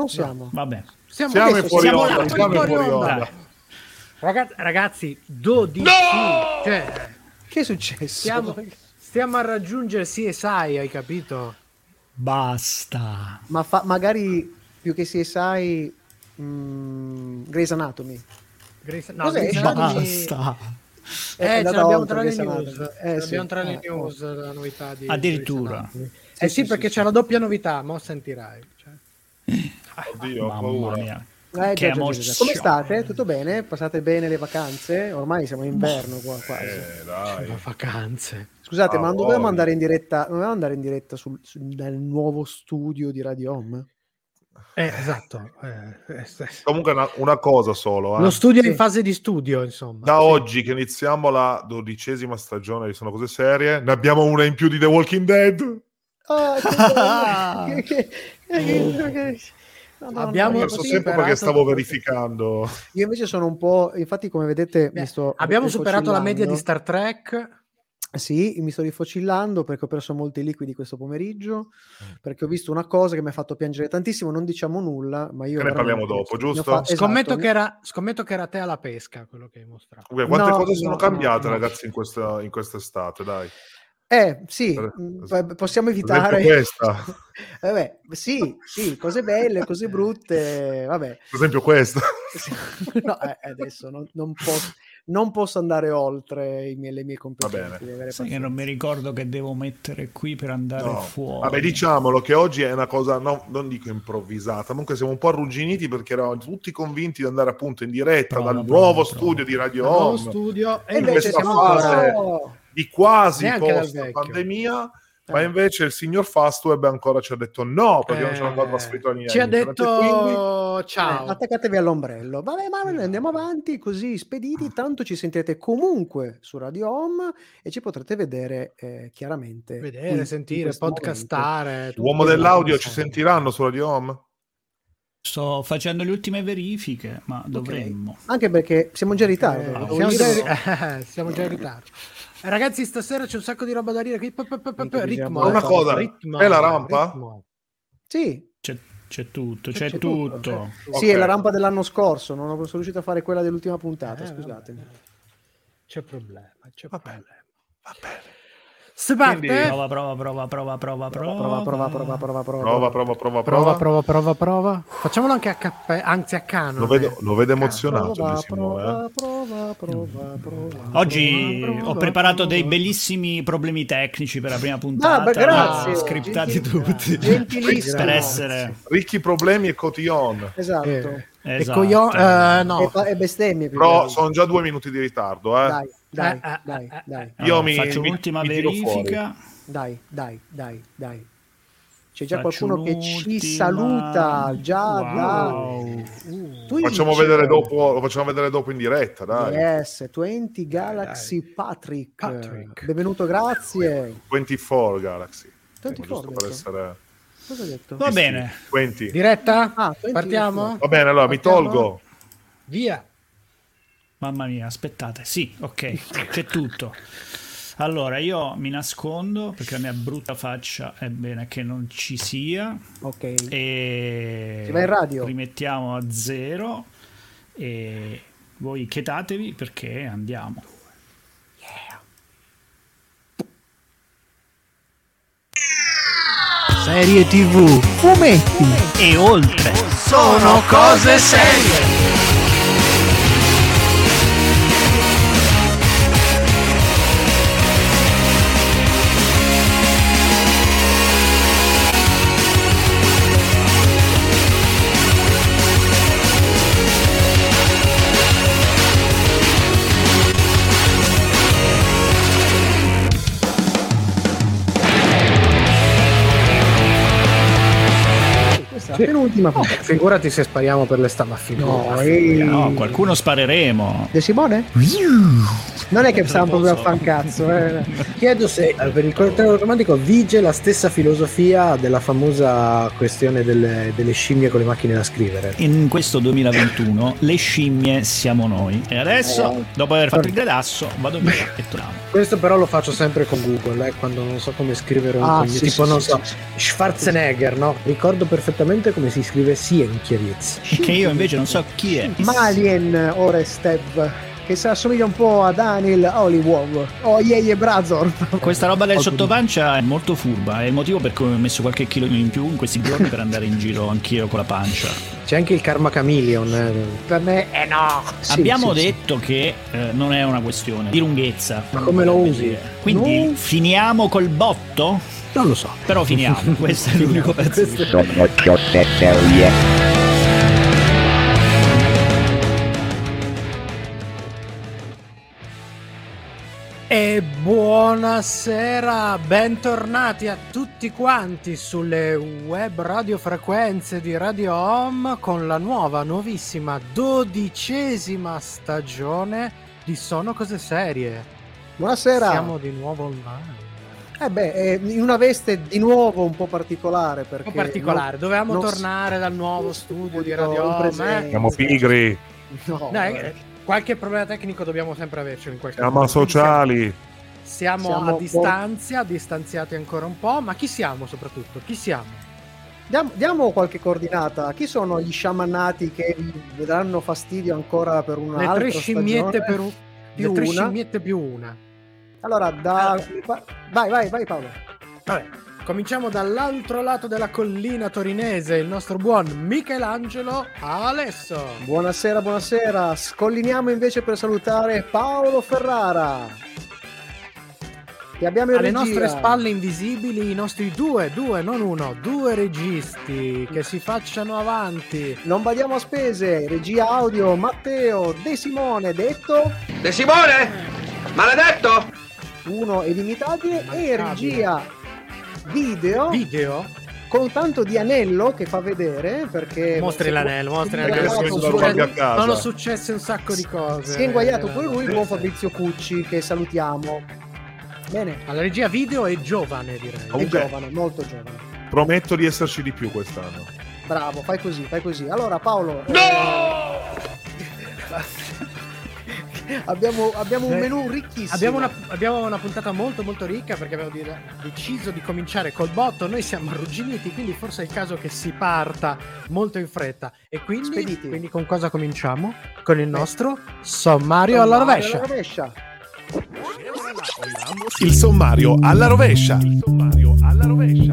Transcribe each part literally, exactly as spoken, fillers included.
non siamo? Vabbè. Siamo, siamo in fuori siamo onda, là, siamo in fuori onda. onda. Ragazzi, ragazzi, dodici. No! Cioè, che è successo? Stiamo, stiamo a raggiungere C S I, hai capito? Basta. Ma fa, magari più che C S I, mh, Grey's Anatomy. Grey's, no, Cos'è? Grey's Anatomy... Basta. Eh, ce l'abbiamo tra le Grey's news. Anatomy. Eh, Eh, l'abbiamo sì. tra le Eh, news la novità di Addirittura. Grey's Anatomy. Eh sì, perché c'è la doppia novità, mo sentirai. Cioè. Oddio, ho Mamma paura. mia. Eh, Che già, già, già, già. emozione. Come state? Tutto bene? Passate bene le vacanze? Ormai siamo in inverno qua quasi. Eh, dai. Ma vacanze. Scusate, Ah, ma non voglia. dovevamo andare in diretta, non dovevamo andare in diretta sul, sul- nel nuovo studio di Radio Home? Eh, esatto. Eh, eh, eh. Comunque una, una cosa solo, eh. Lo studio è Sì. in fase di studio, insomma. Da Sì. oggi che iniziamo la dodicesima stagione di Sono Cose Serie, ne abbiamo una in più di The Walking Dead. Ah, che bello. che, che, che, che, Madonna, Abbiamo- Ho io perso sì, tempo superato- perché stavo verificando. Io invece sono un po', infatti come vedete Beh, mi sto abbiamo superato la media di rifocillando. Star Trek. Sì, mi sto rifocillando perché ho perso molti liquidi questo pomeriggio, perché ho visto una cosa che mi ha fatto piangere tantissimo, non diciamo nulla, ma io Che ne veramente- parliamo dopo, ne giusto? ho fa- esatto, Scommetto, ne- che era, scommetto che era te alla pesca quello che hai mostrato. Comunque, quante No, cose sono no, cambiate, no, no. ragazzi, in questa in quest'estate, dai. Eh, sì, Per- mh, p- possiamo per evitare. esempio questa. Vabbè, sì, sì, cose belle, cose brutte, vabbè. Per esempio questa. No, eh, adesso non, non posso, non posso andare oltre i miei, le mie competenze. bene. devi avere Sai che pazienza. non mi ricordo che devo mettere qui per andare No. fuori. Vabbè, diciamolo che oggi è una cosa, no, non dico improvvisata, comunque siamo un po' arrugginiti perché eravamo tutti convinti di andare appunto in diretta Prova, dal prova, nuovo prova. studio di Radio Nuovo Home, studio. E E invece questa siamo fase- ancora... no. di quasi Neanche dal post vecchio. pandemia, ma Eh. invece il signor Fastweb ancora ci ha detto no, perché non Eh, ci hanno ancora trasferito niente. Ci ha Quindi- detto Eh, ciao. attaccatevi all'ombrello. Vabbè, ma noi andiamo avanti così spediti, tanto ci sentirete comunque su Radio Home e ci potrete vedere eh, chiaramente. Vedere, in- in sentire, questo podcastare. tutto Uomo quello dell'audio che ci serve. sentiranno su Radio Home? Sto facendo le ultime verifiche, ma dovremmo. momento. Anche perché siamo già in ritardo. Eh, devo siamo, dire- già, eh, siamo già in ritardo. Eh, ragazzi, stasera c'è un sacco di roba da dire. Qui- p- p- p- Minchia, Ritmo, bisogna Una eh, cosa, ritmo, è la rampa? ritmo. Sì, C'è, c'è tutto, c'è, C'è tutto. tutto. Ok. sì, è la rampa dell'anno scorso. Non sono riuscito a fare quella dell'ultima puntata. Eh, Scusate. vabbè. C'è problema, c'è Va problema. Va bene. Si parte? Quindi- Prova, prova, prova, prova, prova, Prova, prova, prova, prova, prova. Prova, prova, prova, Prova, prova. prova, prova, prova. Facciamolo anche a cappello, anzi a canone. Lo vedo, lo vedo emozionato Prova, di Simone, eh. prova, prova, prova, prova. Oggi Prova, ho preparato prova. dei bellissimi problemi tecnici per la prima puntata. Ah, beh, grazie. ma scriptati Gentil- tutti. Gentilissimo. Per essere Ricchi problemi e cotillon. Esatto. Eh, esatto. e coglio- eh, no. E, pa- e bestemmie più Però che sono già due minuti di ritardo, eh. Dai, dai, Eh, eh, dai, eh, dai, Io Allora, mi- faccio mi- l'ultima mi tiro verifica. dai, dai, dai, dai. C'è già Faccio qualcuno che ci l'ultima. saluta. Già, Wow. dai. Twitch. Facciamo vedere dopo, lo facciamo vedere dopo in diretta, dai. Yes, venti Galaxy Patrick. Patrick. Benvenuto, grazie. ventiquattro Galaxy. ventiquattro, Giusto per detto. essere Cosa hai detto? Va bene. venti. Diretta? Ah, venti Partiamo? Va bene, allora mi Partiamo? tolgo. Via. Mamma mia, aspettate. Sì, ok, c'è tutto. Allora, io mi nascondo perché la mia brutta faccia è bene che non ci sia. Ok. E Si va in radio. rimettiamo a zero e voi chetatevi perché andiamo. Serie tivù. Fumetti. E oltre. Sono cose serie. Questa è la penultima. puntata. Figurati se spariamo per le stamattina. No, ehi. No, qualcuno spareremo. De Simone? Non è che stiamo proprio a fancazzo, eh. Chiedo se eh, per il coltello romantico vige la stessa filosofia della famosa questione delle, delle scimmie con le macchine da scrivere. In questo duemilaventuno le scimmie siamo noi. E adesso, dopo aver fatto il gradasso, vado via e torniamo. Questo però lo faccio sempre con Google, eh, quando non so come scrivere un Ah, cognome, sì, tipo sì, non sì, so, sì. Schwarzenegger, no? Ricordo perfettamente come si scrive Sienkiewicz. Che io invece non so chi è. Malien Orestev, che si assomiglia un po' a Daniel Hollywood o Yeye Brazor. Questa roba del sottopancia è molto furba, è il motivo per cui ho messo qualche chilo in più in questi giorni per andare in giro anch'io con la pancia. C'è anche il Karma Chameleon. Eh. Per me è no. Sì, Abbiamo sì, detto sì. che eh, non è una questione di lunghezza. Ma come lo usi? Quindi No. finiamo col botto? Non lo so. Però finiamo, questo è l'unico pezzo. Questo- E buonasera, bentornati a tutti quanti sulle web radiofrequenze di Radio Home con la nuova, nuovissima, dodicesima stagione di Sono Cose Serie. Buonasera. Siamo di nuovo online. Eh beh, eh, in una veste di nuovo un po' particolare perché Un po' particolare, non- dovevamo non tornare dal nuovo s- studio di in Radio Home. presenza. Eh? Siamo pigri, No, Dai, eh. eh, qualche problema tecnico dobbiamo sempre avercelo in qualche siamo modo. Quindi siamo- asociali. Siamo, Siamo a un po'- distanza, distanziati ancora un po', ma chi siamo soprattutto? Chi siamo? Diamo, diamo qualche coordinata. Chi sono gli sciamannati che vi daranno fastidio ancora per una Le altra tre scimmiette stagione? per un... più le tre una. scimmiette più una. Allora, da... vai, vai, vai Paolo. Vabbè, cominciamo dall'altro lato della collina torinese, il nostro buon Michelangelo Alesso. Buonasera, buonasera. Scolliniamo invece per salutare Paolo Ferrara. Che abbiamo in Alle regia. nostre spalle invisibili i nostri due, due, non uno, due registi che si facciano avanti. Non badiamo a spese. Regia audio Matteo De Simone, detto De Simone? Maledetto? uno ed imitabile, e Immancabile. regia video Video? con tanto di anello che fa vedere perché Mostri l'anello, mostri si è l'anello. inguaiato Sono pure- andato a casa. Sono successe un sacco di cose. si è inguaiato pure lui, il buon Sì. Fabrizio Cucci, che salutiamo. Bene, Alla regia video è giovane, direi. è Comunque- giovane, molto giovane. Prometto di esserci di più quest'anno. Bravo, fai così, fai così. Allora Paolo, No! eh, abbiamo, abbiamo un Eh, menù ricchissimo. Abbiamo una, abbiamo una puntata molto molto ricca perché abbiamo di- deciso di cominciare col botto. Noi siamo arrugginiti, quindi forse è il caso che si parta molto in fretta. E quindi, Spediti. quindi con cosa cominciamo? Con il nostro sommario alla rovescia. Alla rovescia. Il sommario alla rovescia. Il sommario alla rovescia.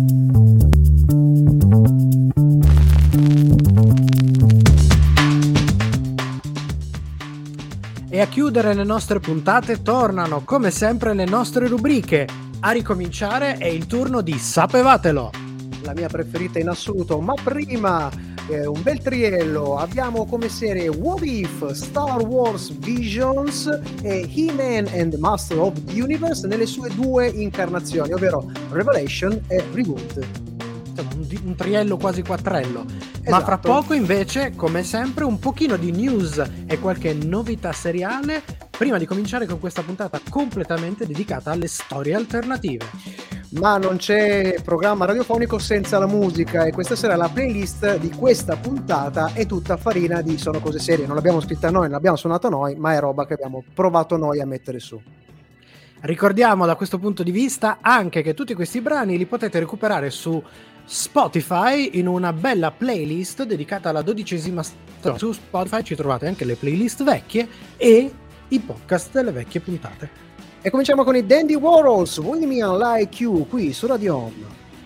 E a chiudere le nostre puntate tornano come sempre le nostre rubriche. A ricominciare è il turno di Sapevatelo. La mia preferita in assoluto, ma prima eh, un bel triello. Abbiamo come serie What If, Star Wars Visions e He-Man and the Master of the Universe nelle sue due incarnazioni, ovvero Revelation e Reboot. Insomma, un, di- un triello quasi quattrello. Ma Esatto. fra poco invece, come sempre, un pochino di news e qualche novità seriale prima di cominciare con questa puntata completamente dedicata alle storie alternative. Ma non c'è programma radiofonico senza la musica, e questa sera la playlist di questa puntata è tutta farina di Sono Cose Serie. Non l'abbiamo scritta noi, non l'abbiamo suonata noi, ma è roba che abbiamo provato noi a mettere su. Ricordiamo da questo punto di vista anche che tutti questi brani li potete recuperare su Spotify in una bella playlist dedicata alla dodicesima stagione. Su Spotify ci trovate anche le playlist vecchie e i podcast delle vecchie puntate. E cominciamo con i Dandy Warhols, With Me and Like You, qui su Radio Home.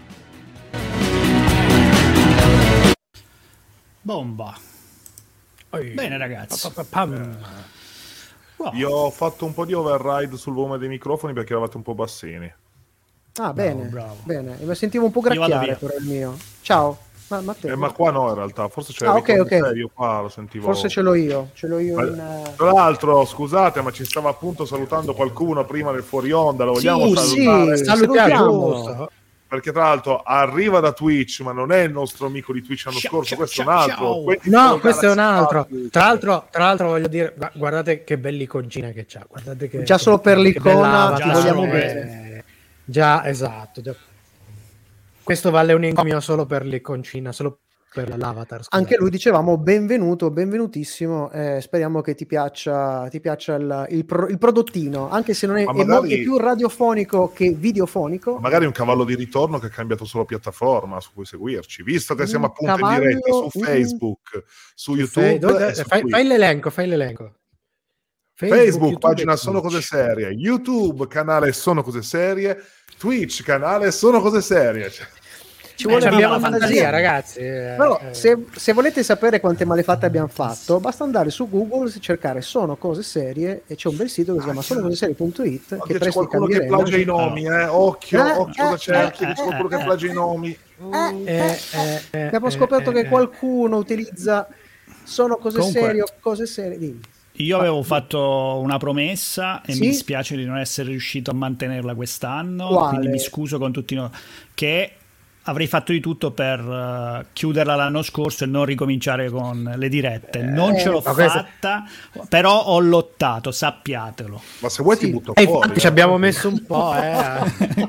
Bomba. Bene ragazzi. Pam. Wow. Io ho fatto un po' di override sul volume dei microfoni perché eravate un po' bassini. Ah, bene, bravo. bene. E mi sentivo un po' Io vado gracchiare via. però il mio. Ciao. Ma, Matteo, Eh, ma qua no, in realtà, forse c'è Ah, ok, ok. io qua lo sentivo. forse ce l'ho io, ce l'ho io Ma- in... eh, Tra l'altro, scusate, ma ci stava appunto salutando qualcuno prima del fuori onda, lo vogliamo Sì, salutare? sì, Salutiamo. salutiamo. Perché tra l'altro arriva da Twitch, ma non è il nostro amico di Twitch l'anno Ciao, scorso, ciao, questo è ciao, un altro. ciao. Questi No, sono questo è un Galaxy altro. Party. Tra l'altro, tra l'altro voglio dire, gu- guardate che bell'iconcina che c'ha. Guardate che, Già solo per che l'icona bella ti avatar, vogliamo eh. bene. Già, esatto. Già. Questo vale un encomio solo per l'iconcina, solo per l'avatar. Scusate. Anche lui dicevamo benvenuto, benvenutissimo, eh, speriamo che ti piaccia, ti piaccia il, il, pro, il prodottino, anche se non è, magari, è molto più radiofonico che videofonico. Magari un cavallo di ritorno che ha cambiato solo piattaforma su cui seguirci, visto che un siamo appunto cavallo, in diretta su Facebook, un... su YouTube. Dove, su fai, fai l'elenco, fai l'elenco. Facebook, Facebook YouTube, pagina Sono Cose Serie, YouTube, canale Sono Cose Serie, Twitch, canale Sono Cose Serie. Ci vuole eh, abbiamo la fantasia, fantasia, ragazzi. Eh, Però eh. se, se volete sapere quante malefatte abbiamo fatto, basta andare su Google, cercare Sono Cose Serie e c'è un bel sito che si chiama sono cose serie punto it che c'è qualcuno che plagia i nomi, eh? occhio, eh, occhio da eh, cerchi, eh, c'è qualcuno eh, che plagia i nomi. Eh, Eh, eh, eh, abbiamo eh, scoperto eh, che eh. qualcuno utilizza Sono Cose Comunque, Serie o Cose Serie. Dimmi. Io avevo fatto una promessa e Sì? mi dispiace di non essere riuscito a mantenerla quest'anno, Quale? quindi mi scuso con tutti noi, che avrei fatto di tutto per uh, chiuderla l'anno scorso e non ricominciare con le dirette. Non Eh, ce l'ho ma questa- fatta, però ho lottato, sappiatelo. Ma se vuoi Sì. ti butto Eh, fuori. infatti ci abbiamo messo un po', eh.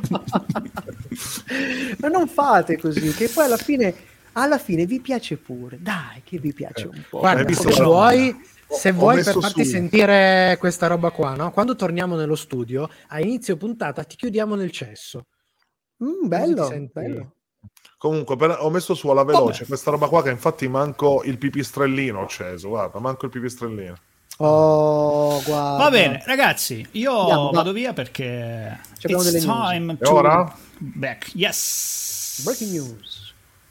Ma non fate così, che poi alla fine, alla fine vi piace pure. Dai, che vi piace un po'. Guarda, Hai visto se però? vuoi, se Ho vuoi messo per farti su. sentire questa roba qua, no? Quando torniamo nello studio, a inizio puntata ti chiudiamo nel cesso. Mm, bello, Così ti senti- bello. Comunque per- ho messo su alla veloce Vabbè. questa roba qua che infatti manco il pipistrellino ho acceso, guarda, manco il pipistrellino. Oh, guarda. Va bene, ragazzi, io Andiamo, va. vado via perché Ci abbiamo it's delle news. time E to ora? back. Yes. Breaking news.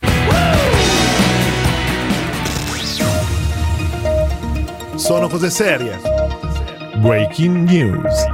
Sono Cose Serie. Breaking News.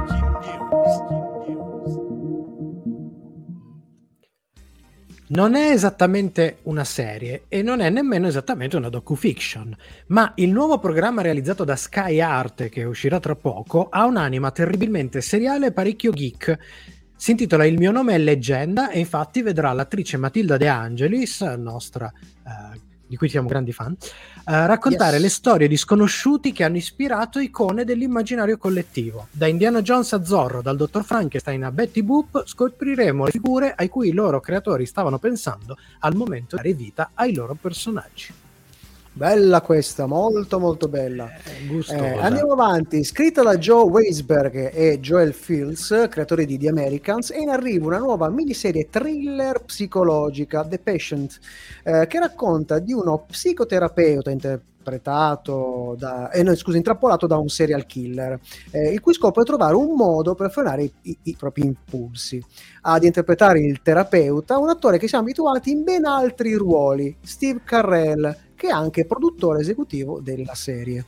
Non è esattamente una serie e non è nemmeno esattamente una docufiction, ma il nuovo programma realizzato da Sky Arte, che uscirà tra poco, ha un'anima terribilmente seriale e parecchio geek. Si intitola Il mio nome è leggenda e infatti vedrà l'attrice Matilda De Angelis, nostra, eh, di cui siamo grandi fan, eh, raccontare Yes. le storie di sconosciuti che hanno ispirato icone dell'immaginario collettivo. Da Indiana Jones a Zorro, dal dottor Frankenstein a Betty Boop, scopriremo le figure ai cui i loro creatori stavano pensando al momento di dare vita ai loro personaggi. Bella questa, molto molto bella. Eh, gustosa. Eh, andiamo avanti, scritta da Joe Weisberg e Joel Fields, creatori di The Americans, è in arrivo una nuova miniserie thriller psicologica, The Patient, eh, che racconta di uno psicoterapeuta interpretato da, eh, no, scusa, intrappolato da un serial killer, eh, il cui scopo è trovare un modo per frenare i, i, i propri impulsi. Ad interpretare il terapeuta un attore che siamo abituati in ben altri ruoli, Steve Carell, che è anche produttore esecutivo della serie.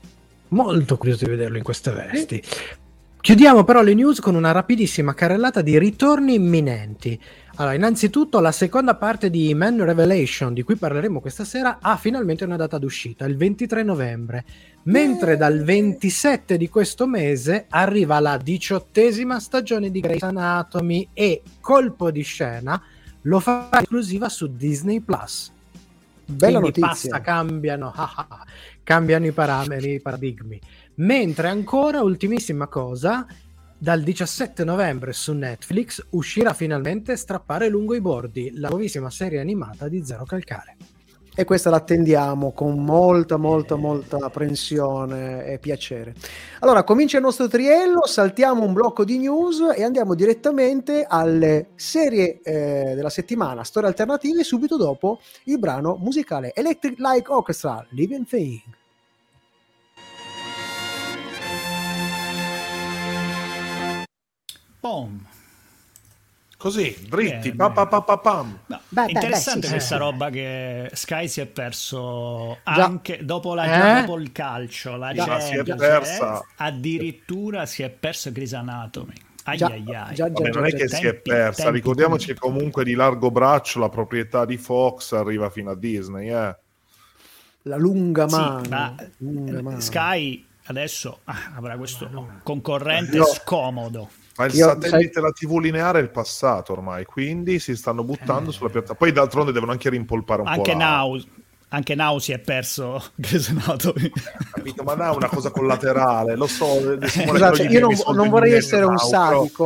Molto curioso di vederlo in queste vesti. Chiudiamo però le news con una rapidissima carrellata di ritorni imminenti. Allora, innanzitutto la seconda parte di Man Revelation, di cui parleremo questa sera, ha finalmente una data d'uscita, il ventitré novembre, mentre dal ventisette di questo mese arriva la diciottesima stagione di Grey's Anatomy e, colpo di scena, lo fa esclusiva su Disney Plus. Bella Quindi notizia. basta, cambiano, ah, ah, ah, cambiano i parametri, i paradigmi. Mentre ancora, ultimissima cosa, dal diciassette novembre su Netflix uscirà finalmente Strappare lungo i bordi, la nuovissima serie animata di Zero Calcare. E questa l'attendiamo con molta molta molta apprensione e piacere. Allora comincia il nostro triello, saltiamo un blocco di news e andiamo direttamente alle serie eh, della settimana, storie alternative, subito dopo il brano musicale Electric Light Orchestra, Living Thing. Boom. Così, dritti, Eh, pa, pa, pa, pa, pam. No, Beh, è beh, interessante beh, sì, questa sì. roba che Sky si è perso Già. anche dopo, la, Eh? dopo il calcio, la Già, Champions, si è eh, persa. addirittura si è perso Grey's Anatomy. Ai Già, ai ai. già, Vabbè, già, non è già, che già. si è tempi, persa, tempi ricordiamoci bui. che comunque di largo braccio la proprietà di Fox arriva fino a Disney, eh. La lunga Sì, mano, ma lunga mano. Sky adesso ah, avrà questo concorrente No. scomodo. Ma il Io- satellite e la tivù lineare è il passato ormai, quindi si stanno buttando Eh. sulla piattaforma. Poi d'altronde devono anche rimpolpare un Anche po' la... Now, anche Now si è perso Grey's Anatomy. Capito? Ma no, è una cosa collaterale, lo so. Simone, Scusate, che non gli io non, devi soldi non vorrei niente, essere un Now, però- sadico,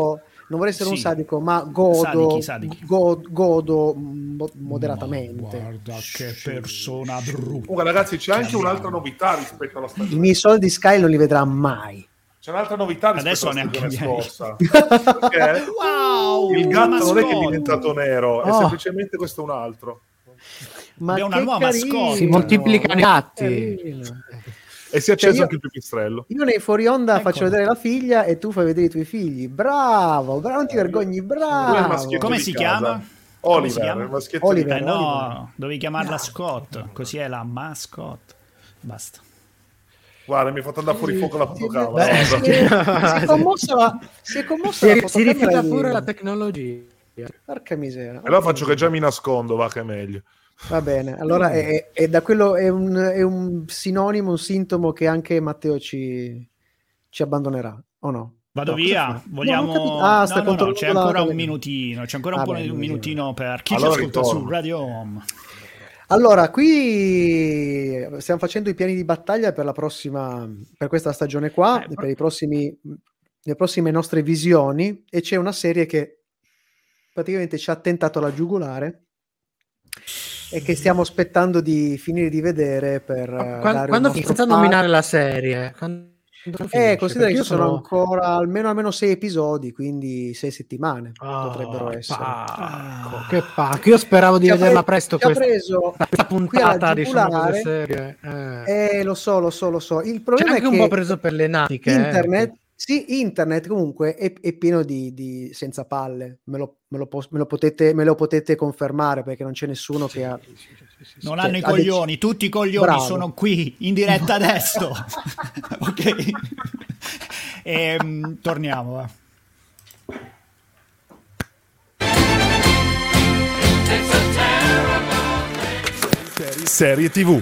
non vorrei essere Sì. un sadico, ma godo, Sadichi, sadichi. go- godo mo- moderatamente. Ma guarda che persona brutta. Comunque, ragazzi, c'è anche un'altra novità rispetto alla I stagione. miei soldi Sky non li vedrà mai. C'è un'altra novità rispetto Adesso alla stagione neanche scorsa. Perché Wow, il una gatto non è che è mascotte. diventato nero, è Oh. semplicemente questo un altro. Ma Abbiamo una che nuova carino, mascotte. Si moltiplicano i gatti. carino. E si è acceso Cioè, io- anche il pipistrello. Io nei fuori onda Ecco. faccio vedere la figlia e tu fai vedere i tuoi figli. Bravo, bravo, non ti vergogni, Lui è il bravo. maschietto Come di si casa. chiama? Come si Oliver, chiama? il maschietto Oliver. Eh di casa. no, dovevi chiamarla Scott, così è la mascotte. Basta. Guarda, mi ha fatto andare fuori fuoco la fotocamera. Beh, si, guarda. è, si è commossa la, si è commossa Si, la si fotocamera rifiuta di- pure la tecnologia. Porca miseria. E allora faccio che già mi nascondo, va che è meglio. Va bene, allora è, è da quello è un, è un sinonimo, un sintomo che anche Matteo ci, ci abbandonerà, o no? Vado No, cosa via, fa? vogliamo... No, non ho capito. Ah, no, sta no, no, controllando c'è la ancora un telecamera. minutino, c'è ancora Ah, un, po' beh, un un minutino per chi Allora ci ascolta ritorno. su Radio Home. Allora, qui stiamo facendo i piani di battaglia per la prossima, per questa stagione qua, Eh, per i prossimi, le prossime nostre visioni, e c'è una serie che praticamente ci ha tentato la giugulare e che stiamo aspettando di finire di vedere per eh, Quando, dare un quando nostro finisce a parere. nominare la serie? Quando finisce? Eh, considera Perché che io ci sono ancora almeno almeno sei episodi, quindi sei settimane Ah, potrebbero essere. pacco, che pacco. Io speravo di Ci ha vederla pre- presto ci ha questa, preso questa qui alla puntata di Sono giugulare. Cose Serie. Eh. Eh, lo so, lo so, lo so. Il C'è problema è anche un che po' preso per le natiche. eh. internet, sì, internet comunque è, è pieno di, di senza palle. Me lo, me, lo pos- me lo potete, me lo potete confermare perché non c'è nessuno che ha. Non Cioè, hanno i ha dec- coglioni, tutti i coglioni Bravo. sono qui in diretta adesso. Ok. Ehm, torniamo. Va. Serie tivù.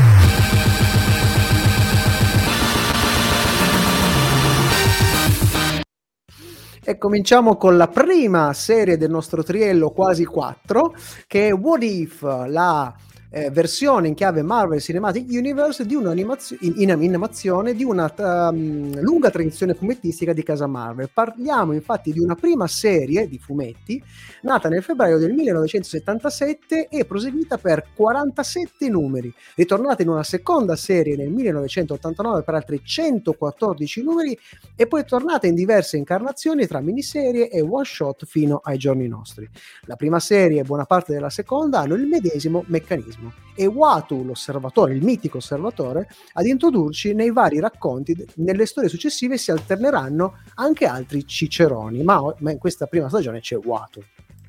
E cominciamo con la prima serie del nostro triello quasi quattro, che è What If, la eh, versione in chiave Marvel Cinematic Universe di un'animazio- in, in animazione di una um, lunga tradizione fumettistica di casa Marvel. Parliamo infatti di una prima serie di fumetti nata nel febbraio del millenovecentosettantasette e proseguita per quarantasette numeri, ritornata in una seconda serie nel millenovecentottantanove per altri centoquattordici numeri e poi tornata in diverse incarnazioni tra miniserie e one shot fino ai giorni nostri. La prima serie e buona parte della seconda hanno il medesimo meccanismo. E Uatu, l'osservatore, il mitico osservatore, ad introdurci nei vari racconti. Nelle storie successive si alterneranno anche altri ciceroni, ma, ma in questa prima stagione c'è Uatu.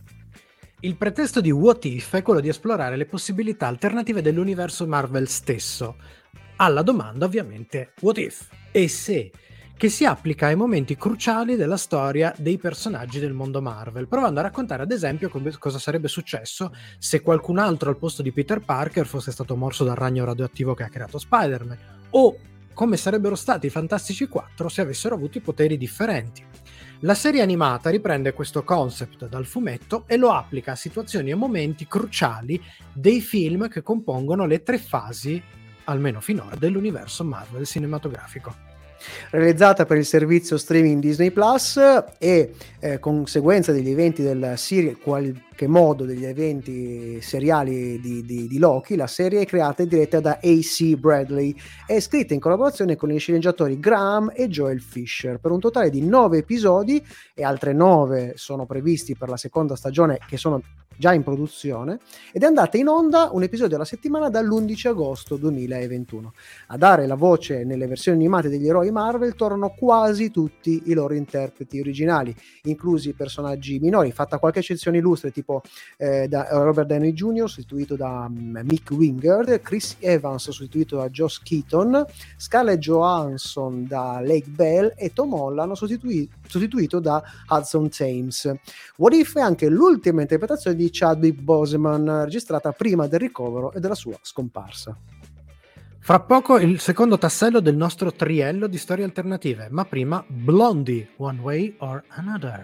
Il pretesto di What If è quello di esplorare le possibilità alternative dell'universo Marvel stesso. Alla domanda, ovviamente, what if? E se? Che si applica ai momenti cruciali della storia dei personaggi del mondo Marvel, provando a raccontare ad esempio come- cosa sarebbe successo se qualcun altro al posto di Peter Parker fosse stato morso dal ragno radioattivo che ha creato Spider-Man, o come sarebbero stati i Fantastici quattro se avessero avuto i poteri differenti. La serie animata riprende questo concept dal fumetto e lo applica a situazioni e momenti cruciali dei film che compongono le tre fasi, almeno finora, dell'universo Marvel cinematografico. Realizzata per il servizio streaming Disney Plus e eh, conseguenza degli eventi del serie, qualche modo degli eventi seriali di, di, di Loki, la serie è creata e diretta da A C Bradley e scritta in collaborazione con gli sceneggiatori Graham e Joel Fisher per un totale di nove episodi, e altre nove sono previsti per la seconda stagione che sono già in produzione, ed è andata in onda un episodio alla settimana dall'undici agosto duemilaventuno. A dare la voce nelle versioni animate degli eroi Marvel tornano quasi tutti i loro interpreti originali, inclusi i personaggi minori, fatta qualche eccezione illustre tipo eh, da Robert Downey junior sostituito da um, Mick Wingard, Chris Evans sostituito da Josh Keaton, Scarlett Johansson da Lake Bell e Tom Holland sostitui- sostituito da Hudson Thames. What If è anche l'ultima interpretazione di Chadwick Boseman, registrata prima del ricovero e della sua scomparsa. Fra poco il secondo tassello del nostro triello di storie alternative, ma prima Blondie, One Way or Another.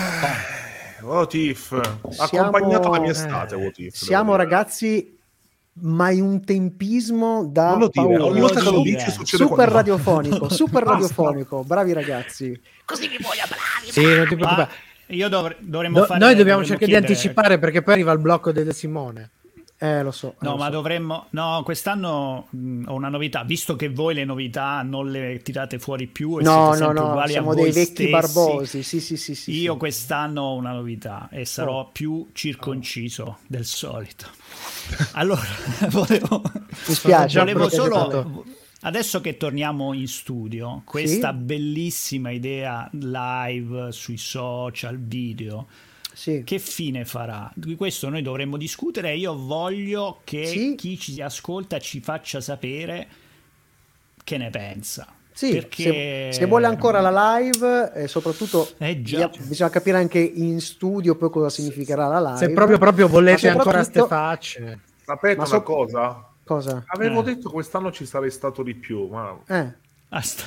What If? Siamo- Accompagnato la mia estate, eh, What If. Siamo devo dire. ragazzi ma in un tempismo da Non lo dire, paura. ogni volta che lo Lo dici dire. succede Super qualcosa. radiofonico, super Basta. radiofonico, bravi ragazzi. Sì, non ti preoccupare. Ma io dovre- dovremmo Do- fare noi dobbiamo dovremmo cercare chiedere- di anticipare perché poi arriva il blocco del Simone. Eh, lo so. No, lo ma so. dovremmo. No, quest'anno mh, ho una novità, visto che voi le novità non le tirate fuori più e No, siete no, sempre no, uguali siamo a dei voi vecchi stessi, barbosi. Sì, sì, sì, sì. io sì. quest'anno ho una novità e sarò Oh. più circonciso del solito. Allora, volevo, Mi spiace. volevo mi spiace solo. tanto. Adesso che torniamo in studio, questa bellissima idea live sui social, video, Sì. che fine farà? Di questo noi dovremmo discutere. Io voglio che Sì. chi ci ascolta ci faccia sapere che ne pensa. Sì, perché se, se vuole ancora la live, e soprattutto Eh già. bisogna, bisogna capire anche in studio poi cosa significherà la live. Se proprio proprio volete Ma ancora ste soprattutto- facce. Sapete Ma una so- cosa? Cosa? Avevo Eh. detto quest'anno ci sarei stato di più, ma Eh. Ah, sta-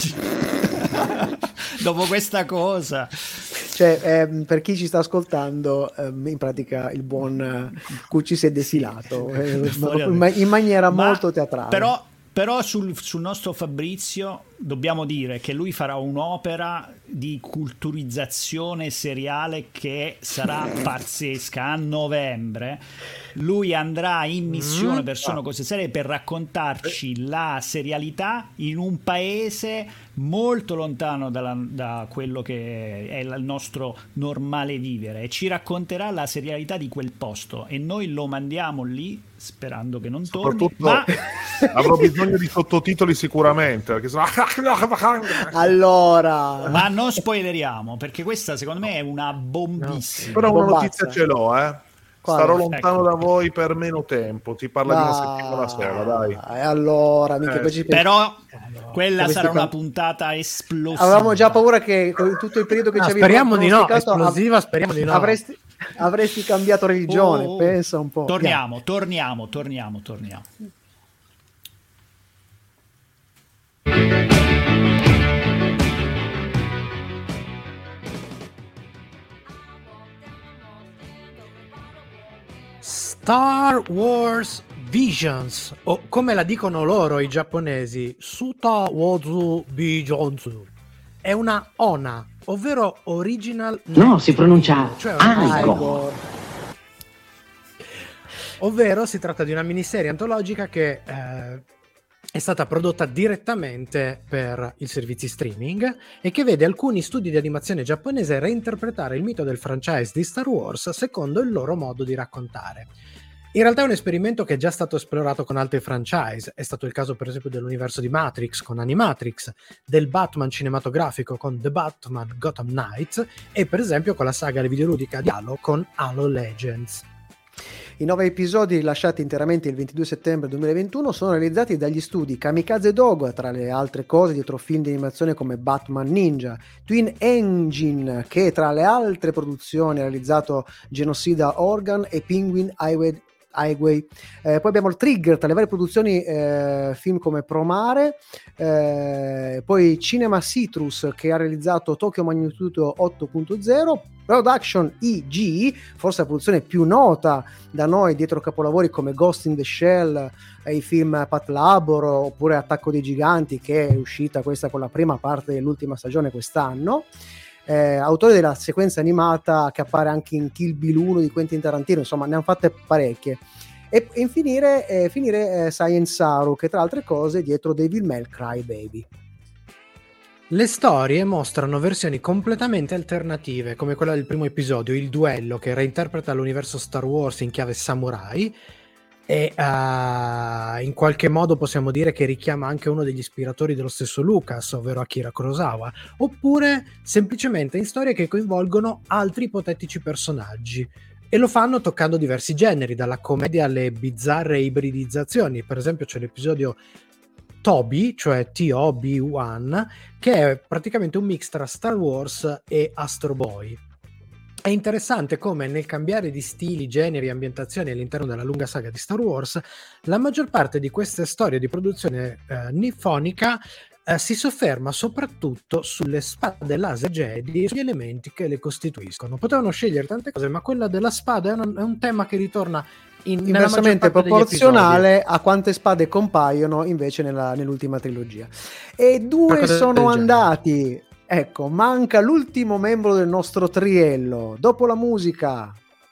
Dopo questa cosa, Cioè, ehm, per chi ci sta ascoltando, ehm, in pratica il buon eh, Cucci si è defilato eh, Storia in, ma- in maniera Ma- molto teatrale. Però, però sul, sul nostro Fabrizio dobbiamo dire che lui farà un'opera di culturizzazione seriale che sarà pazzesca. A novembre lui andrà in missione per Sono Cose Serie per raccontarci la serialità in un paese molto lontano dalla- da quello che è il nostro normale vivere, e ci racconterà la serialità di quel posto e noi lo mandiamo lì sperando che non torni, soprattutto ma avrò bisogno di sottotitoli sicuramente, perché sennò... Allora, Ma non spoileriamo, perché questa secondo me è una bombissima. Però una Bombazza. notizia ce l'ho, eh. Quale? Starò lontano Ecco. da voi per meno tempo. Ti parla di una settimana sola, dai. E allora, mica Eh, poi ci Però quella Questi sarà qua- una puntata esplosiva. avevamo già paura che con tutto il periodo che No, ci avevi speriamo di no, pronosticato, av- esplosiva, speriamo di no. Avresti, avresti cambiato religione, Oh, oh. pensa un po'. Torniamo, torniamo, torniamo, torniamo. Star Wars Visions, o come la dicono loro i giapponesi, Star Wars Visions, è una O N A, ovvero Original No, si pronuncia cioè Aigo. Igor. ovvero si tratta di una miniserie antologica che eh, è stata prodotta direttamente per i servizi streaming e che vede alcuni studi di animazione giapponese reinterpretare il mito del franchise di Star Wars secondo il loro modo di raccontare. In realtà è un esperimento che è già stato esplorato con altri franchise, è stato il caso per esempio dell'universo di Matrix con Animatrix, del Batman cinematografico con The Batman Gotham Knights e per esempio con la saga videoludica di Halo con Halo Legends. I nove episodi rilasciati interamente il ventidue settembre duemilaventuno sono realizzati dagli studi Kamikaze Dogo, tra le altre cose dietro film di animazione come Batman Ninja, Twin Engine, che tra le altre produzioni ha realizzato Genocida Organ e Penguin Highway. Highway. Eh, poi abbiamo il Trigger tra le varie produzioni, eh, film come Promare, eh, poi Cinema Citrus che ha realizzato Tokyo Magnitudo otto punto zero, Production I G, forse la produzione più nota da noi dietro capolavori come Ghost in the Shell e i film Pat Labor oppure Attacco dei Giganti, che è uscita questa con la prima parte dell'ultima stagione quest'anno. Eh, autore della sequenza animata che appare anche in Kill Bill uno di Quentin Tarantino, insomma ne hanno fatte parecchie. E, e finire, eh, finire eh, Science Saru, che tra altre cose è dietro Devil May Cry Baby. Le storie mostrano versioni completamente alternative, come quella del primo episodio, Il Duello, che reinterpreta l'universo Star Wars in chiave samurai e uh, in qualche modo possiamo dire che richiama anche uno degli ispiratori dello stesso Lucas, ovvero Akira Kurosawa, oppure semplicemente in storie che coinvolgono altri ipotetici personaggi. E lo fanno toccando diversi generi, dalla commedia alle bizzarre ibridizzazioni. Per esempio c'è l'episodio Toby, cioè T O B uno, che è praticamente un mix tra Star Wars e Astro Boy. È interessante come nel cambiare di stili, generi e ambientazioni all'interno della lunga saga di Star Wars, la maggior parte di queste storie di produzione eh, nipponica eh, si sofferma soprattutto sulle spade laser Jedi e sugli elementi che le costituiscono. Potevano scegliere tante cose, ma quella della spada è un, è un tema che ritorna In, inversamente proporzionale a quante spade compaiono invece nella, nell'ultima trilogia. E due sono andati, ecco, manca l'ultimo membro del nostro triello. Dopo la musica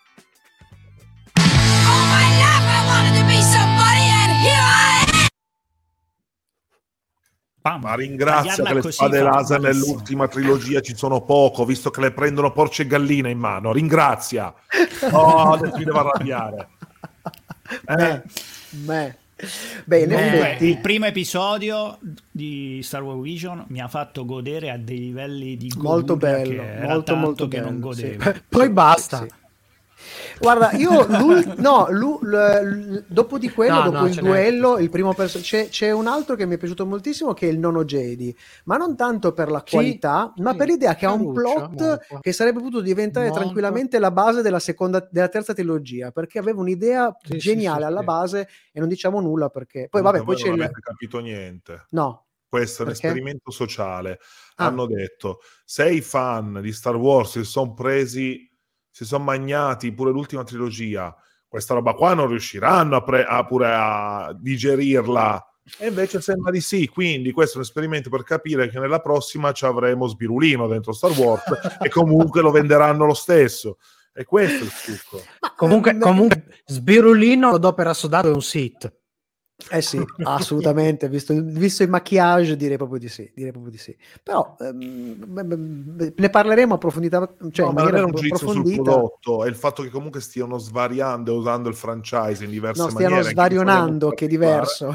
ma ringrazia che le spade laser nell'ultima trilogia ci sono poco, visto che le prendono porci e galline in mano. Ringrazia. Oh, adesso mi devo arrabbiare. Eh. Beh, beh, in effetti il primo episodio di Star Wars Vision mi ha fatto godere a dei livelli di molto bello, che era molto molto che bello, non godevo. Sì. Poi basta. Sì. Guarda, io no, l- l- dopo di quello, no, dopo no, il duello, il primo perso- c'è, c'è un altro che mi è piaciuto moltissimo, che è il nono Jedi, ma non tanto per la qualità, sì, ma sì, per l'idea che ha un plot molto. Che sarebbe potuto diventare molto. tranquillamente la base della seconda, della terza trilogia, perché aveva un'idea sì, geniale sì, alla sì, base e non diciamo nulla perché poi vabbè, poi c'è non il... avete capito niente. No. Questo è un perché? esperimento sociale. Ah. Hanno detto, se i fan di Star Wars si sono presi si sono magnati pure l'ultima trilogia, questa roba qua non riusciranno a, pre- a pure a digerirla, e invece sembra di sì. Quindi questo è un esperimento per capire che nella prossima ci avremo Sbirulino dentro Star Wars e comunque lo venderanno lo stesso, e questo è il succo. Ma comunque, comunque Sbirulino lo do per assodato, è un Sith. Eh sì, assolutamente, visto, visto il maquillage direi proprio di sì, direi proprio di sì. Però ehm, ne parleremo approfonditamente, cioè no, in ma non maniera era un giudizio approfondita. sul prodotto, è il fatto che comunque stiano svariando e usando il franchise in diverse no, stiano maniere. Svarionando, che è diverso.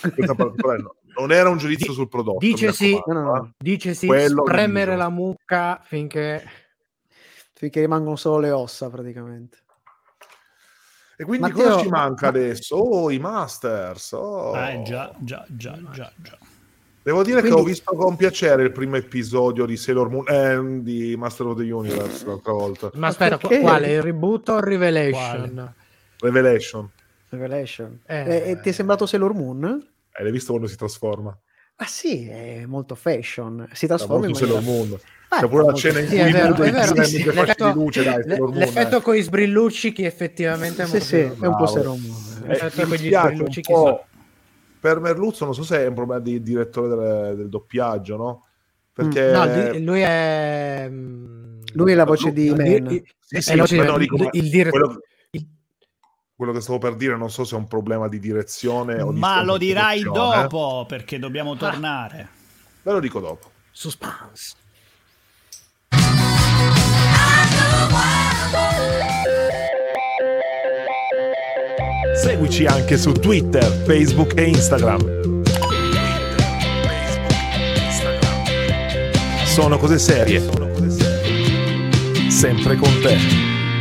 Non era un giudizio sul prodotto. Dice sì, no, no, no. dice sì, spremere la mucca finché... finché rimangono solo le ossa praticamente. E quindi Matteo, cosa ci manca ma... adesso? Oh, i Masters. Oh. Eh, già, già, già, già, già. Devo dire quindi... che ho visto con piacere il primo episodio di Sailor Moon, eh, di Master of the Universe l'altra volta. Ma aspetta, perché? Quale? Il reboot o il Revelation? Quale? Revelation. Revelation. Eh... E, e ti è sembrato Sailor Moon? Eh, l'hai visto quando si trasforma? Ah sì, è molto fashion. Si trasforma in Sailor maniera... Moon. Ah, c'è pure la scena in sì, cui è vero, è vero. Sì, sì, l'effetto, di luce, dai, l'effetto con i sbrillucci che effettivamente è, sì, sì, è un po' Sailor Moon. Eh, mi piace un po'. Per Merluzzo non so se è un problema di direttore del, del doppiaggio, no? Perché no, lui è lui è la voce di Man. Sì, sì, voce no, dico, il, il direttore. Quello, quello che stavo per dire, non so se è un problema di direzione o di ma lo dirai dopo, perché dobbiamo tornare. Ah, ve lo dico dopo. Suspense. Seguici anche su Twitter, Facebook e Instagram. Sono cose serie. Sempre con te.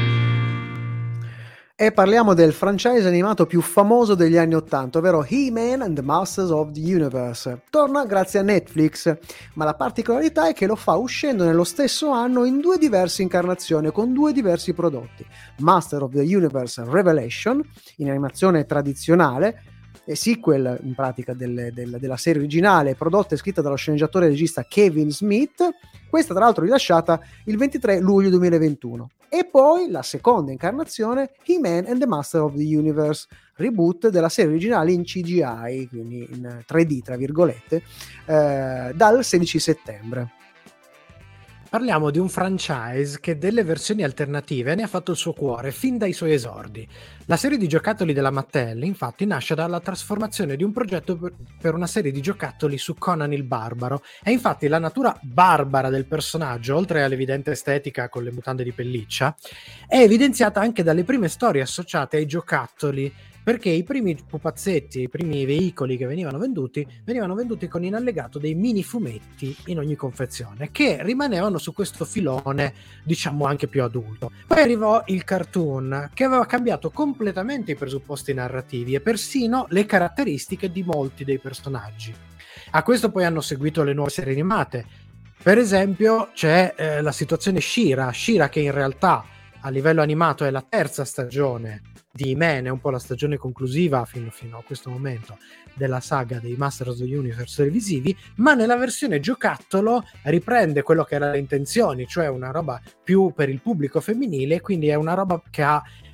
E parliamo del franchise animato più famoso degli anni ottanta, ovvero He-Man and the Masters of the Universe. Torna grazie a Netflix, ma la particolarità è che lo fa uscendo nello stesso anno in due diverse incarnazioni con due diversi prodotti. Master of the Universe Revelation, in animazione tradizionale, e sequel in pratica del, del, della serie originale, prodotta e scritta dallo sceneggiatore e regista Kevin Smith, questa tra l'altro rilasciata il ventitré luglio duemilaventuno. E poi la seconda incarnazione, He-Man and the Master of the Universe, reboot della serie originale in C G I, quindi in tre D tra virgolette, eh, dal sedici settembre. Parliamo di un franchise che delle versioni alternative ne ha fatto il suo cuore fin dai suoi esordi. La serie di giocattoli della Mattel, infatti, nasce dalla trasformazione di un progetto per una serie di giocattoli su Conan il Barbaro, e infatti la natura barbara del personaggio, oltre all'evidente estetica con le mutande di pelliccia, è evidenziata anche dalle prime storie associate ai giocattoli, perché i primi pupazzetti, i primi veicoli che venivano venduti, venivano venduti con in allegato dei mini fumetti in ogni confezione, che rimanevano su questo filone, diciamo, anche più adulto. Poi arrivò il cartoon, che aveva cambiato completamente i presupposti narrativi e persino le caratteristiche di molti dei personaggi. A questo poi hanno seguito le nuove serie animate. Per esempio c'è eh, la situazione She-Ra, She-Ra che in realtà a livello animato è la terza stagione di He-Man, è un po' la stagione conclusiva fino, fino a questo momento della saga dei Masters of the Universe televisivi, ma nella versione giocattolo riprende quello che era le intenzioni, cioè una roba più per il pubblico femminile, quindi è una roba che ha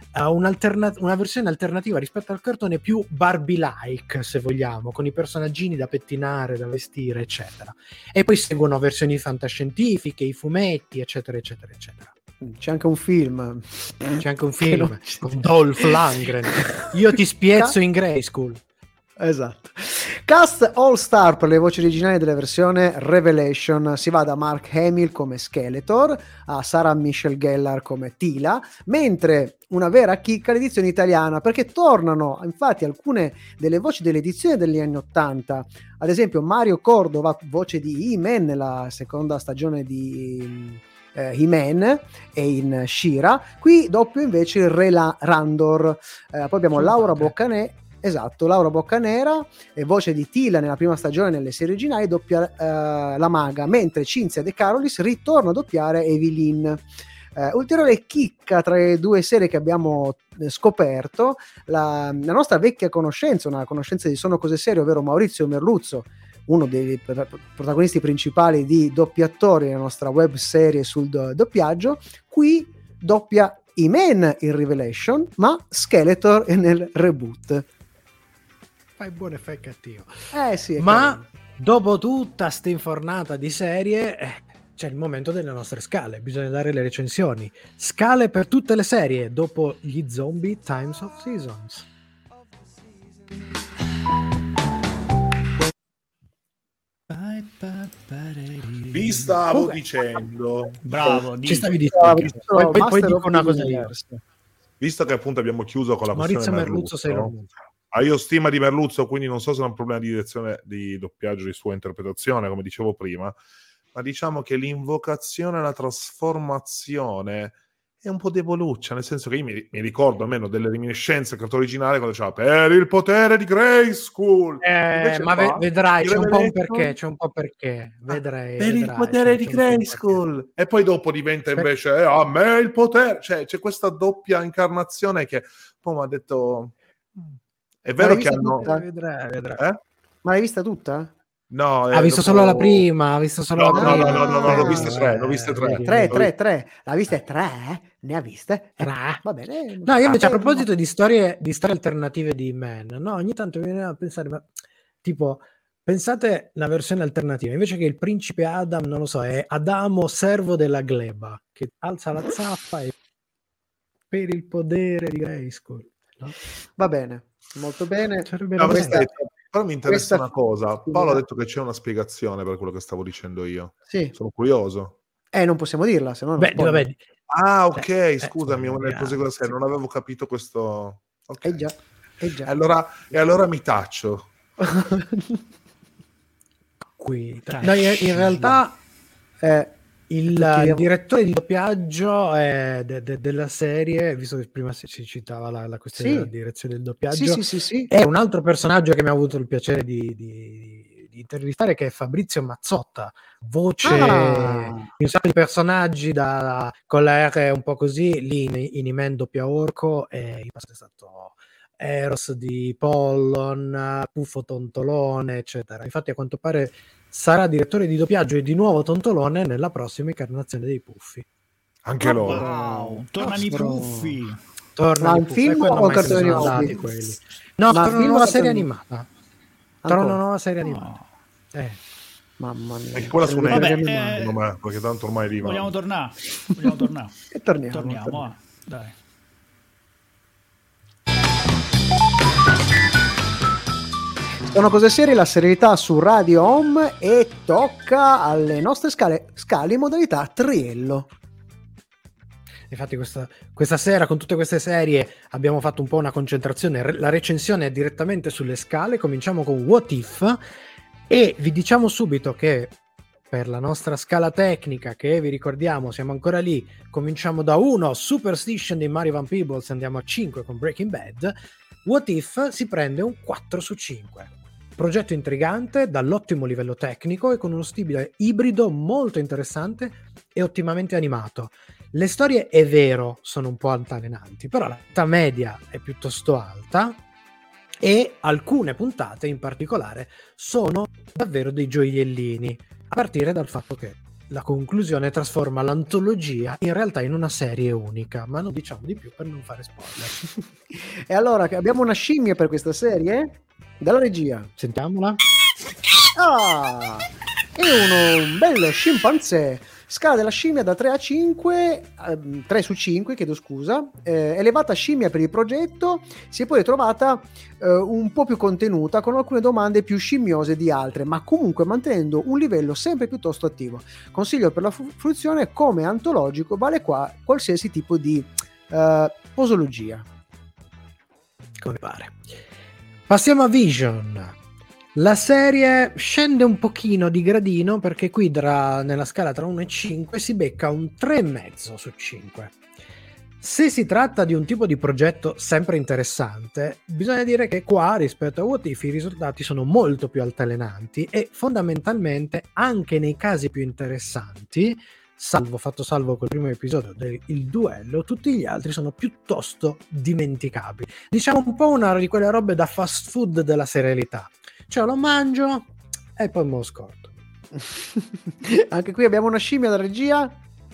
uh, un'alterna- una versione alternativa rispetto al cartone più Barbie-like, se vogliamo, con i personaggini da pettinare, da vestire, eccetera. E poi seguono versioni fantascientifiche, i fumetti, eccetera, eccetera, eccetera. C'è anche un film. C'è anche un film con Dolph Lundgren. Io ti spiezzo in Grayskull. Esatto. Cast All Star per le voci originali della versione Revelation: si va da Mark Hamill come Skeletor a Sarah Michelle Gellar come Tila, mentre una vera chicca l'edizione italiana, perché tornano infatti alcune delle voci dell'edizione degli anni ottanta, ad esempio Mario Cordova, voce di He-Man nella seconda stagione di eh, He-Man e in She-Ra, qui doppio invece il Re La- Randor. Eh, poi abbiamo Laura Boccanè. Esatto, Laura Boccanera, e voce di Tila nella prima stagione nelle serie originali, doppia eh, la maga, mentre Cinzia De Carolis ritorna a doppiare Evelyn. Eh, ulteriore chicca tra le due serie che abbiamo eh, scoperto, la, la nostra vecchia conoscenza, una conoscenza di Sono Cose Serie, ovvero Maurizio Merluzzo, uno dei protagonisti principali di Doppiatori, la nostra web serie sul do- doppiaggio, qui doppia He-Man in Revelation, ma Skeletor nel reboot. Fai buono e fai cattivo. Eh sì, ma carino. Dopo tutta sta infornata di serie eh, c'è il momento delle nostre scale, bisogna dare le recensioni. Scale per tutte le serie dopo gli Zombie Times of Seasons. Vi stavo dicendo, bravo, ci dici. stavi dicendo. Poi, poi, poi Master dico of una cosa io. Universe. visto che appunto abbiamo chiuso con la Maurizio questione Merluzzo, sei Merluzzo, ah, io stima di Merluzzo, quindi non so se è un problema di direzione di doppiaggio, di sua interpretazione, come dicevo prima, ma diciamo che l'invocazione alla trasformazione è un po' deboluccia, nel senso che io mi, mi ricordo almeno delle reminiscenze del cartone originale quando diceva per il potere di Grayskull. Eh, ma qua, ve- vedrai, c'è un po' un Revelation, perché, c'è un po' perché, vedrai. per vedrai, il potere c'è- di c'è un po' un Grayskull, e poi dopo diventa invece eh, a me il potere, cioè c'è questa doppia incarnazione che poi mi ha detto è vero l'hai che vista hanno tutta? Vedrai, vedrai. eh? Ma l'hai vista tutta? No, Ha eh, visto dopo- solo la prima, ha visto solo No, la no, prima. no, no, no, no, l'ho Ah, viste tre, l'ho eh, viste tre. vedi, Tre, vedi. tre, tre. L'ha vista tre? Ne ha viste? Tre. Va bene. No, io invece Ah, a proposito di storie, di storie alternative di Man, no, ogni tanto mi viene a pensare, ma tipo, pensate una versione alternativa, invece che il principe Adam, non lo so, è Adamo, servo della gleba, che alza la zappa e per il potere di Grayskull. No? Va bene, molto bene. Sarebbe No, una questa- cosa- aspetta, però mi interessa questa- una cosa. Paolo ha detto che c'è una spiegazione per quello che stavo dicendo io. Sì. Sono curioso. Eh, non possiamo dirla, se no non Beh, spoiler. vabbè, Ah, ok, Eh, scusami, eh, nel proseguo della serie sì. non avevo capito questo. Ok. Eh già, eh già. E allora, e allora mi taccio. qui. Dai. No, in, in realtà Eh, il, Perché- il direttore di doppiaggio eh, de- de- della serie, visto che prima si, si citava la, la questione Sì. della direzione del doppiaggio, sì, sì, sì, sì. è un altro personaggio che mi ha avuto il piacere di, di- di intervistare, che è Fabrizio Mazzotta, voce Ah. di un sacco di personaggi da, con la R un po' così, lì in, in He-Man doppia orco, e in passato è stato Eros di Pollon, Puffo Tontolone, eccetera. Infatti a quanto pare sarà direttore di doppiaggio e di nuovo Tontolone nella prossima incarnazione dei Puffi. Anche loro. Wow, tornano i Nostro- puffi. Torna Ma i un Puffi, film e quello o mai se ne cartoni sono animati? andati quelli. No, Ma torna film una o nuova cartoni serie animati? animata. Torna Ancora? una nuova serie animata. No. Eh. Mamma mia. Perché quella su Vabbè, Netflix, eh, secondo me, perché tanto ormai lì va. Vogliamo tornare? Vogliamo tornare? E torniamo. Torniamo, torniamo. ah, dai. Sono Cose Serie, la serialità su Radio Home, e tocca alle nostre scale, scale in modalità triello. Infatti questa, questa sera con tutte queste serie abbiamo fatto un po' una concentrazione, re- la recensione è direttamente sulle scale. Cominciamo con What If e vi diciamo subito che per la nostra scala tecnica, che vi ricordiamo siamo ancora lì, cominciamo da uno, Superstition di Mario Van Peebles, andiamo a cinque con Breaking Bad. What If si prende un quattro su cinque. Progetto intrigante, dall'ottimo livello tecnico e con uno stile ibrido molto interessante e ottimamente animato. Le storie, è vero, sono un po' altalenanti, però l'età media è piuttosto alta e alcune puntate in particolare sono davvero dei gioiellini, a partire dal fatto che la conclusione trasforma l'antologia in realtà in una serie unica, ma non diciamo di più per non fare spoiler. E allora abbiamo una scimmia per questa serie dalla regia. Sentiamola. Ah, è uno, un bello scimpanzé. Scala della scimmia da tre a cinque, eh, tre su cinque, chiedo scusa, eh, elevata scimmia per il progetto, si è poi trovata eh, un po' più contenuta, con alcune domande più scimmiose di altre, ma comunque mantenendo un livello sempre piuttosto attivo. Consiglio per la fu- fruizione come antologico, vale qua qualsiasi tipo di eh, posologia. Come pare. Passiamo a Vision. La serie scende un pochino di gradino perché qui tra, nella scala tra uno e cinque si becca un tre virgola cinque su cinque. Se si tratta di un tipo di progetto sempre interessante, bisogna dire che qua rispetto a What If i risultati sono molto più altalenanti e fondamentalmente anche nei casi più interessanti, salvo fatto salvo quel primo episodio del il duello, tutti gli altri sono piuttosto dimenticabili. Diciamo un po' una di quelle robe da fast food della serialità. Cioè lo mangio e poi me lo scordo. Anche qui abbiamo una scimmia da regia.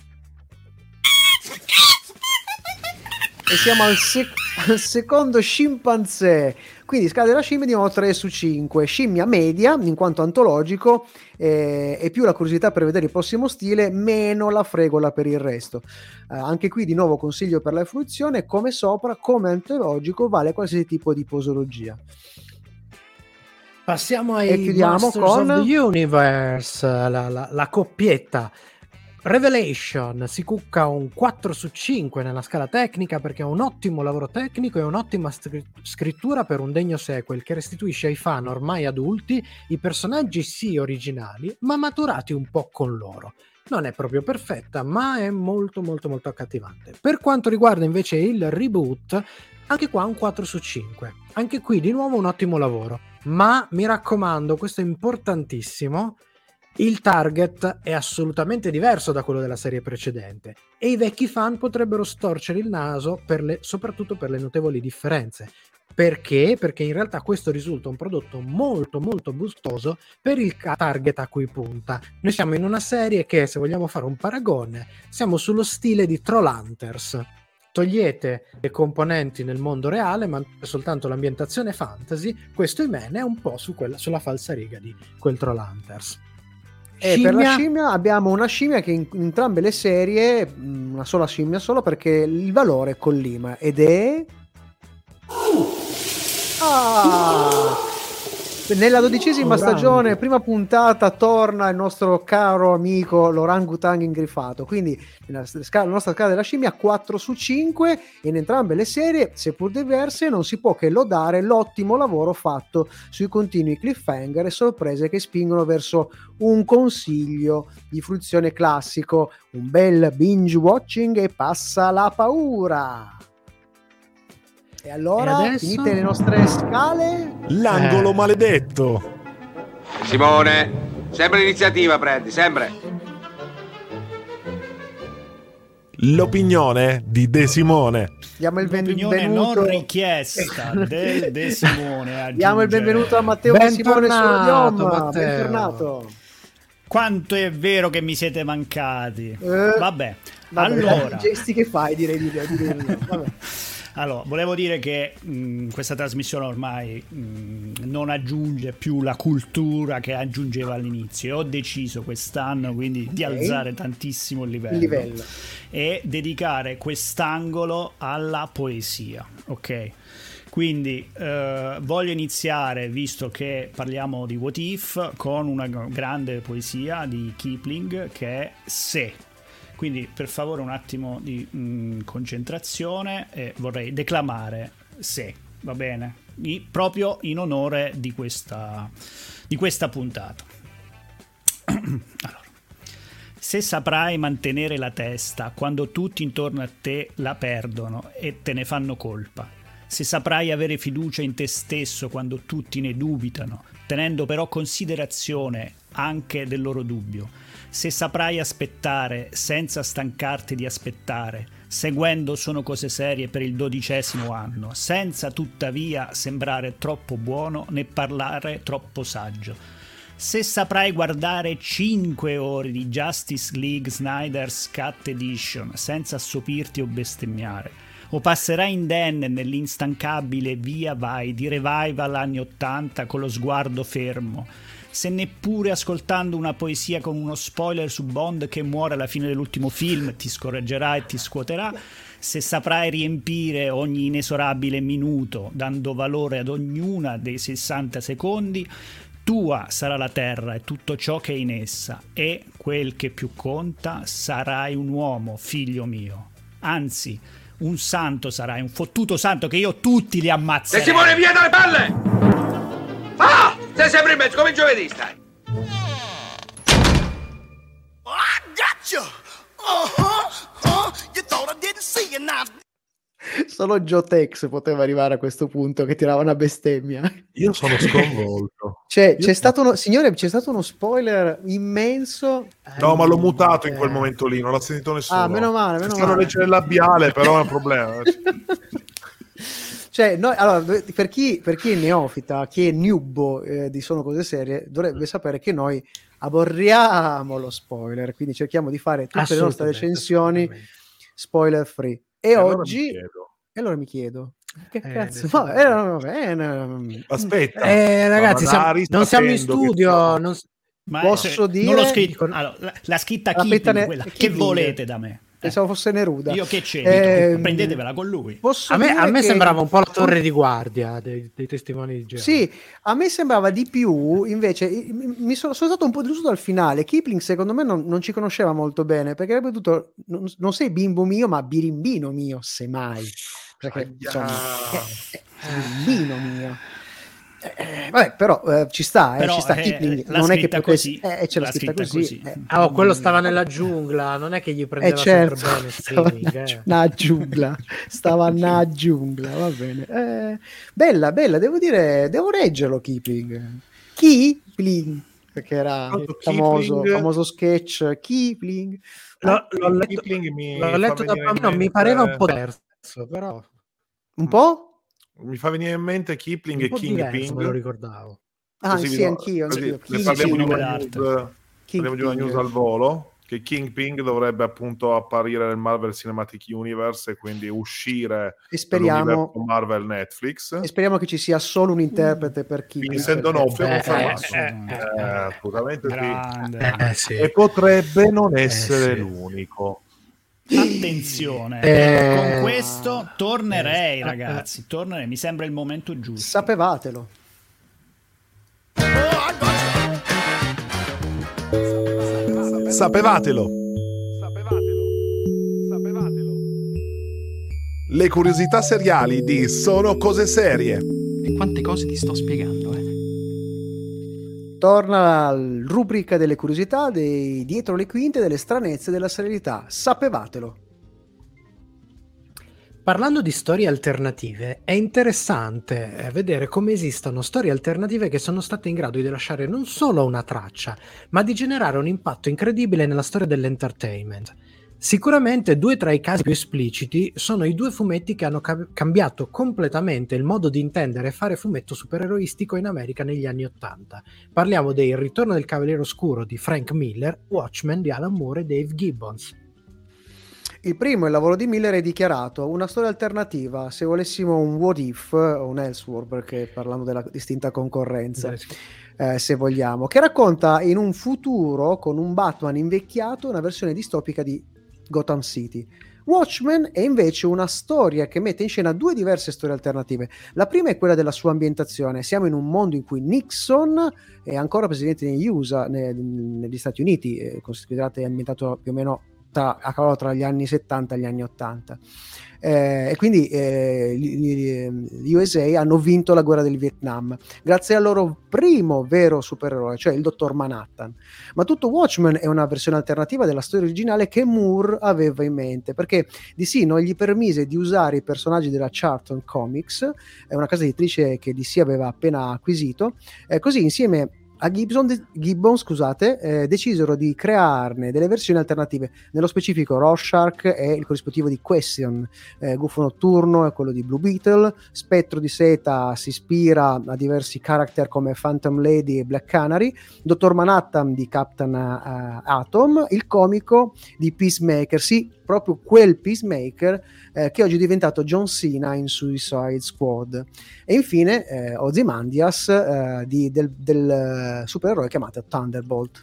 E siamo al, sec- al secondo scimpanzé. Quindi scala della scimmia di nuovo tre su cinque. Scimmia media, in quanto antologico, eh, e più la curiosità per vedere il prossimo stile, meno la fregola per il resto. Eh, anche qui di nuovo consiglio per la fruizione, come sopra, come antologico, vale qualsiasi tipo di posologia. Passiamo ai e chiudiamo Masters con of the Universe, la, la, la coppietta. Revelation si cucca un quattro su cinque nella scala tecnica perché è un ottimo lavoro tecnico e un'ottima scrittura per un degno sequel che restituisce ai fan ormai adulti i personaggi sì originali ma maturati un po' con loro. Non è proprio perfetta ma è molto molto molto accattivante. Per quanto riguarda invece il reboot, anche qua un quattro su cinque. Anche qui di nuovo un ottimo lavoro, ma mi raccomando, questo è importantissimo, il target è assolutamente diverso da quello della serie precedente e i vecchi fan potrebbero storcere il naso per le, soprattutto per le notevoli differenze. Perché? Perché in realtà questo risulta un prodotto molto molto gustoso per il target a cui punta. Noi siamo in una serie che, se vogliamo fare un paragone, siamo sullo stile di Trollhunters. Togliete le componenti nel mondo reale, ma soltanto l'ambientazione fantasy, questo Imen è un po' su quella, sulla falsariga di quel Trollhunters. E per la scimmia abbiamo una scimmia che in, in entrambe le serie, una sola scimmia solo perché il valore collima ed è ah! Nella dodicesima Orango. stagione, prima puntata, torna il nostro caro amico l'orangutang ingrifato. Quindi nella scala, la nostra scala della scimmia quattro su cinque, e in entrambe le serie, seppur diverse, non si può che lodare l'ottimo lavoro fatto sui continui cliffhanger e sorprese che spingono verso un consiglio di fruizione classico, un bel binge watching e passa la paura. E allora, e adesso? finite le nostre scale, L'angolo Eh. maledetto. Simone, sempre l'iniziativa prendi, sempre. L'opinione di De Simone. diamo il L'opinione benvenuto. non richiesta del De Simone. Diamo il benvenuto a Matteo De Simone su Bentornato, Radiom. Matteo. Bentornato. Quanto è vero che mi siete mancati. Eh, Vabbè, vabbè, allora i gesti che fai, direi di direi di no. Vabbè. Allora, volevo dire che mh, questa trasmissione ormai mh, non aggiunge più la cultura che aggiungeva all'inizio, e ho deciso quest'anno quindi di Ok. alzare tantissimo il livello, Il livello. e dedicare quest'angolo alla poesia, ok? Quindi eh, voglio iniziare, visto che parliamo di What If, con una grande poesia di Kipling che è Se. Quindi per favore un attimo di mh, concentrazione, e vorrei declamare Se, va bene? I, proprio in onore di questa, di questa puntata. Allora. Se saprai mantenere la testa quando tutti intorno a te la perdono e te ne fanno colpa, se saprai avere fiducia in te stesso quando tutti ne dubitano, tenendo però considerazione anche del loro dubbio, se saprai aspettare senza stancarti di aspettare, seguendo Sono cose serie per il dodicesimo anno, senza tuttavia sembrare troppo buono né parlare troppo saggio, se saprai guardare cinque ore di Justice League Snyder's Cut Edition senza assopirti o bestemmiare, o passerai indenne nell'instancabile via vai di Revival anni ottanta con lo sguardo fermo, se neppure ascoltando una poesia con uno spoiler su Bond che muore alla fine dell'ultimo film ti scoraggerà e ti scuoterà, se saprai riempire ogni inesorabile minuto dando valore ad ognuna dei sessanta secondi, tua sarà la terra e tutto ciò che è in essa, e quel che più conta, sarai un uomo, figlio mio. Anzi, un santo sarai, un fottuto santo che io tutti li ammazzerei. Se Simone, via dalle palle! Ah! Sei sempre in mezzo, come giovedì stai. I got you! Uh-huh! Uh, you thought I didn't see you now. Solo Joe Tex poteva arrivare a questo punto che tirava una bestemmia. Io sono sconvolto. Cioè, Io c'è stato uno, signore, c'è stato uno spoiler immenso. No, ma l'ho mutato in quel momento lì, non l'ha sentito nessuno. Ah, meno male, meno Stanno male. leggere il labiale, però è un problema. Cioè, noi, allora, per chi, per chi è neofita, chi è newbo eh, di Sono Cose Serie, dovrebbe sapere che noi aborriamo lo spoiler, quindi cerchiamo di fare tutte le nostre recensioni spoiler free. E, E allora oggi... mi chiedo. E allora mi chiedo, che Eh, cazzo adesso- fa? Eh, no, eh, no, Aspetta. Eh, ragazzi, Ma siamo- magari non sta siamo in sapendo che studio. siamo- Non... s- Ma Posso cioè, dire- non l'ho scritto. Dicono- Allora, la, la scritta La Keeping, Pitane- quella. Che Keeping. volete da me? Eh, Pensavo fosse Neruda. io che c'entro? Ehm, Prendetevela con lui. Posso A me, dire a me che- sembrava un po' la torre di guardia dei, dei testimoni di Geova. Sì, a me sembrava di più, invece mi mi sono, sono stato un po' deluso dal finale. Kipling secondo me non, non ci conosceva molto bene, perché avrebbe dovuto, non, non sei bimbo mio, ma birimbino mio, semmai. Perché Aia. insomma, è, è birimbino mio. Eh, vabbè, però eh, ci sta, eh, Però, ci sta eh, Kipling, l'ha non è che scritta potessi, così. eh, c'è la L'ha scritta scritta così. così. eh. Ah, oh, quello stava nella giungla, non è che gli Eh prendeva certo, sempre bene stava streaming, na, eh. na giungla, stava na giungla, va bene. Eh, bella, bella, devo dire, devo reggerlo Kipling. Kipling, perché era Tanto il famoso, Kipling- famoso sketch Kipling. L'ho, l'ho letto, Kipling mi l'ho fa letto da venire in bambino, mi mente- pareva un po' terzo, però Un po'? Mi fa venire in mente Kipling un e po' diverso, me lo Kingping. ricordavo. Ah, Così sì, vi do- anch'io, così anch'io. ne parliamo di King una King. news, parliamo di una King news King. al volo, che Kingping dovrebbe appunto apparire nel Marvel Cinematic Universe e quindi uscire E speriamo, dall'universo Marvel Netflix. e speriamo che ci sia solo un interprete per Kipling. Vincent perché- D'Onofrio Eh, confermato. eh, Eh, assolutamente sì. Grande. Eh, sì. E potrebbe non essere sì. l'unico. Attenzione, Eh, con questo tornerei, eh, ragazzi. Tornerei, mi sembra il momento giusto. Sapevatelo. Sapevatelo. Le curiosità seriali di Sono Cose Serie. E quante cose ti sto spiegando, eh? Torna la rubrica delle curiosità, dei dietro le quinte, delle stranezze della serialità. Sapevatelo. Parlando di storie alternative, è interessante eh, vedere come esistano storie alternative che sono state in grado di lasciare non solo una traccia, ma di generare un impatto incredibile nella storia dell'entertainment. Sicuramente due tra i casi più espliciti sono i due fumetti che hanno ca- cambiato completamente il modo di intendere e fare fumetto supereroistico in America negli anni Ottanta. Parliamo dei Il ritorno del Cavaliere Oscuro di Frank Miller, Watchmen di Alan Moore e Dave Gibbons. Il primo, il lavoro di Miller, è dichiarato una storia alternativa, se volessimo un what if o un Elseworld, perché parlando della distinta concorrenza, eh, se vogliamo, che racconta in un futuro con un Batman invecchiato una versione distopica di Gotham City. Watchmen è invece una storia che mette in scena due diverse storie alternative. La prima è quella della sua ambientazione. Siamo in un mondo in cui Nixon è ancora presidente negli U S A, ne- negli Stati Uniti, eh, considerate ambientato più o meno tra, a cavallo tra gli anni settanta e gli anni ottanta. Eh, e quindi eh, gli, gli U S A hanno vinto la guerra del Vietnam grazie al loro primo vero supereroe, cioè il dottor Manhattan. Ma tutto Watchmen è una versione alternativa della storia originale che Moore aveva in mente, perché D C non gli permise di usare i personaggi della Charlton Comics, è una casa editrice che D C aveva appena acquisito, eh, così insieme a Gibson, Gibbon, scusate, eh, decisero di crearne delle versioni alternative, nello specifico Rorschach è il corrispettivo di Question, eh, Gufo Notturno è quello di Blue Beetle, Spettro di Seta si ispira a diversi character come Phantom Lady e Black Canary, Dottor Manhattan di Captain uh, Atom, il comico di Peacemaker, sì, proprio quel Peacemaker eh, che oggi è diventato John Cena in Suicide Squad, e infine eh, Ozymandias eh, di, del, del supereroe chiamato Thunderbolt.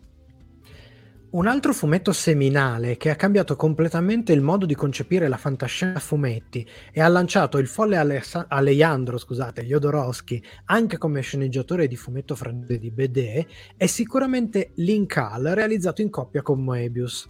Un altro fumetto seminale che ha cambiato completamente il modo di concepire la fantascienza a fumetti e ha lanciato il folle Aless- Alejandro scusate, Jodorowsky anche come sceneggiatore di fumetto francese di B D è sicuramente Linkal, realizzato in coppia con Moebius.